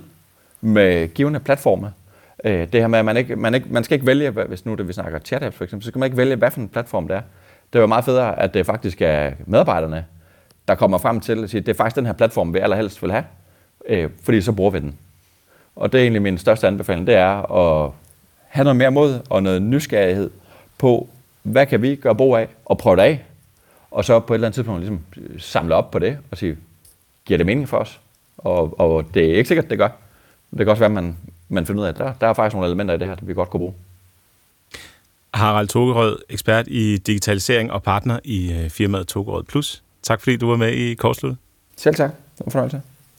med givende platforme. Det her med, at man, ikke, man, ikke, man skal ikke vælge, hvis nu det vi snakker chat-apps for eksempel, så skal man ikke vælge, hvad for en platform det er. Det er jo meget federe, at det faktisk er medarbejderne, der kommer frem til at sige, at det er faktisk den her platform, vi allerhelst vil have, fordi så bruger vi den. Og det er egentlig min største anbefaling, det er at have noget mere mod og noget nysgerrighed på, hvad kan vi gøre brug af og prøve det af. Og så på et eller andet tidspunkt ligesom samle op på det og sige, giver det mening for os? Og, og det er ikke sikkert, det gør. Det kan også være, at man, man finder ud af, at der, der er faktisk nogle elementer i det her, der vi godt kunne bruge. Harald Tokerød, ekspert i digitalisering og partner i firmaet Tokerød Plus. Tak fordi du var med i Kortsluttet. Selv tak. Det var en fornøjelse.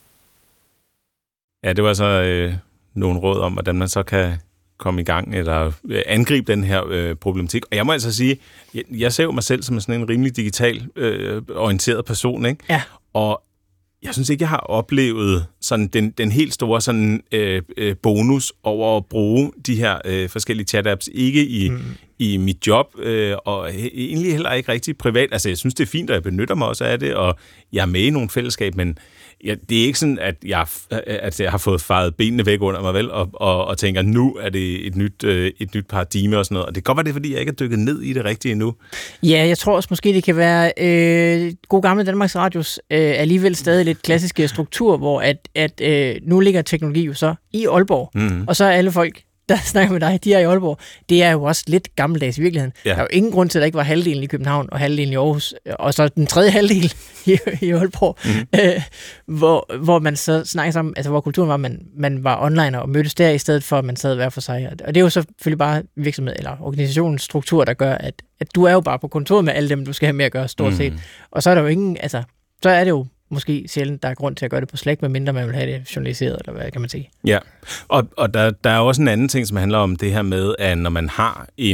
Ja, det var så øh, nogle råd om, hvordan man så kan komme i gang eller angribe den her øh, problematik. Og jeg må altså sige, jeg, jeg ser jo mig selv som sådan en rimelig digital øh, orienteret person, ikke? Ja. Og jeg synes ikke, jeg har oplevet sådan den, den helt store sådan, øh, øh, bonus over at bruge de her øh, forskellige chat-apps, ikke i, mm. i mit job, øh, og he, egentlig heller ikke rigtig privat. Altså, jeg synes, det er fint, og jeg benytter mig også af det, og jeg er med i nogle fællesskab, men ja, det er ikke sådan, at jeg, at jeg har fået faret benene væk under mig, vel, og, og, og tænker, nu er det et nyt, øh, et nyt paradigme og sådan noget. Og det kan godt være det, fordi jeg ikke er dykket ned i det rigtige endnu. Ja, jeg tror også måske, det kan være øh, god gamle Danmarks Radios øh, alligevel stadig lidt klassiske struktur, hvor at, at øh, nu ligger teknologi jo så i Aalborg, mm-hmm. og så er alle folk, der snakker med dig, de er i Aalborg. Det er jo også lidt gammeldags i virkeligheden. Ja. Der er jo ingen grund til, at der ikke var halvdelen i København og halvdelen i Aarhus, og så den tredje halvdel i, i Aalborg, mm. øh, hvor, hvor man så snakker sammen, altså hvor kulturen var, man, man var online og mødtes der, i stedet for, at man sad hver for sig. Og det er jo selvfølgelig bare virksomhed eller organisationens struktur, der gør, at, at du er jo bare på kontoret med alle dem, du skal have med at gøre, stort mm. set. Og så er der jo ingen, altså, så er det jo måske sjældent, der er grund til at gøre det på Slack, medmindre man vil have det journaliseret, eller hvad kan man sige. Ja, og, og der, der er også en anden ting, som handler om det her med, at når man har en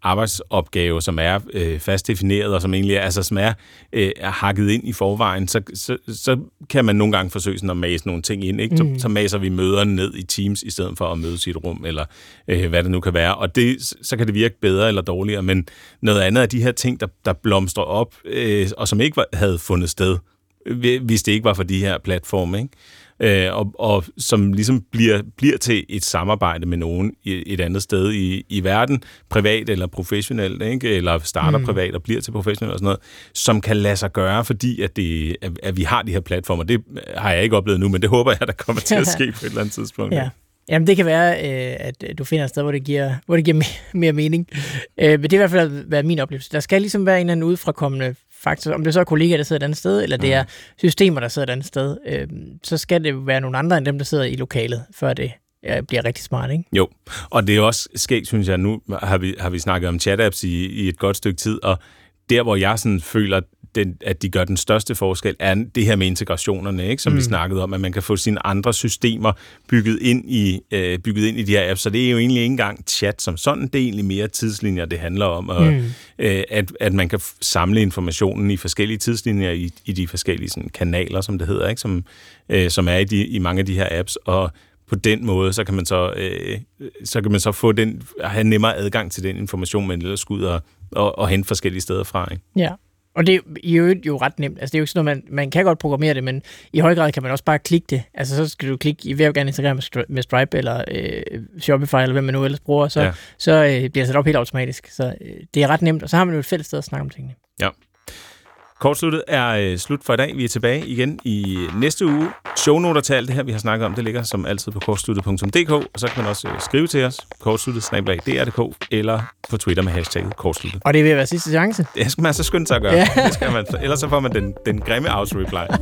arbejdsopgave, som er øh, fast defineret, og som egentlig er, altså, som er, øh, er hakket ind i forvejen, så, så, så kan man nogle gange forsøge sådan at mase nogle ting ind. Ikke? Så, mm. så maser vi møderne ned i Teams, i stedet for at mødes i et rum, eller øh, hvad det nu kan være. Og det, så kan det virke bedre eller dårligere, men noget andet af de her ting, der, der blomstrer op, øh, og som ikke var, havde fundet sted, hvis det ikke var for de her platforme, ikke? Øh, og, og som ligesom bliver, bliver til et samarbejde med nogen i, et andet sted i, i verden, privat eller professionelt, ikke? Eller starter mm. privat og bliver til professionelt og sådan noget, som kan lade sig gøre, fordi at, det, at, at vi har de her platformer. Det har jeg ikke oplevet nu, men det håber jeg, der kommer til at ske på et eller andet tidspunkt. Ja. Jamen, det kan være, at du finder et sted, hvor det giver, hvor det giver mere, mere mening. Men det er i hvert fald været min oplevelse. Der skal ligesom være en eller anden udefrakommende faktor, om det så er kollegaer, der sidder et andet sted, eller det er systemer, der sidder et andet sted, så skal det være nogle andre end dem, der sidder i lokalet, før det bliver rigtig smart, ikke? Jo, og det er også skægt, synes jeg. Nu har vi, har vi snakket om chat-apps i, i et godt stykke tid, og der, hvor jeg sådan føler, den, at de gør den største forskel, er det her med integrationerne, ikke? Som mm. vi snakkede om, at man kan få sine andre systemer bygget ind i, øh, bygget ind i de her apps. Så det er jo egentlig ikke engang chat som sådan, det er egentlig mere tidslinjer, det handler om, og, mm. øh, at, at man kan samle informationen i forskellige tidslinjer i, i de forskellige sådan, kanaler, som det hedder, ikke? Som, øh, som er i, de, i mange af de her apps, og på den måde, så kan man så, øh, så kan man så få den, have nemmere adgang til den information, man ellers skal ud og, og, og hente forskellige steder fra, ikke? Ja. Og det er jo, jo ret nemt. Altså, det er jo ikke sådan noget, man, man kan godt programmere det, men i høj grad kan man også bare klikke det. Altså, så skal du klikke, I vil jo gerne integrere med Stripe, eller øh, Shopify, eller hvad man nu ellers bruger, så, ja. så øh, bliver det sat op helt automatisk. Så øh, det er ret nemt, og så har man jo et fælles sted at snakke om tingene. Ja. Kortsluttet er øh, slut for i dag. Vi er tilbage igen i næste uge. Shownoter til alt det her, vi har snakket om, det ligger som altid på kortsluttet punktum d k, og så kan man også øh, skrive til os, kortsluttet snabel-a d r punktum d k, eller på Twitter med hashtagget kortsluttet. Og det vil være sidste chance. Det skal man så skynde sig at gøre. Ja. Det skal man. Ellers så får man den, den grimme auto-reply.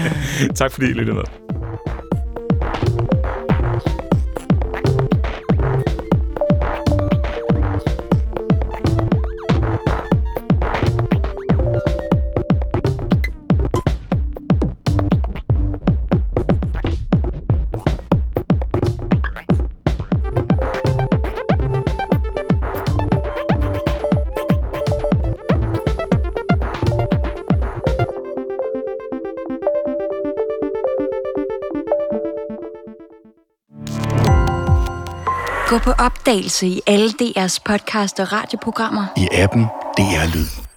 Tak fordi I lyttede med. Gå på opdagelse i alle D R's podcast og radioprogrammer. I appen D R Lyd.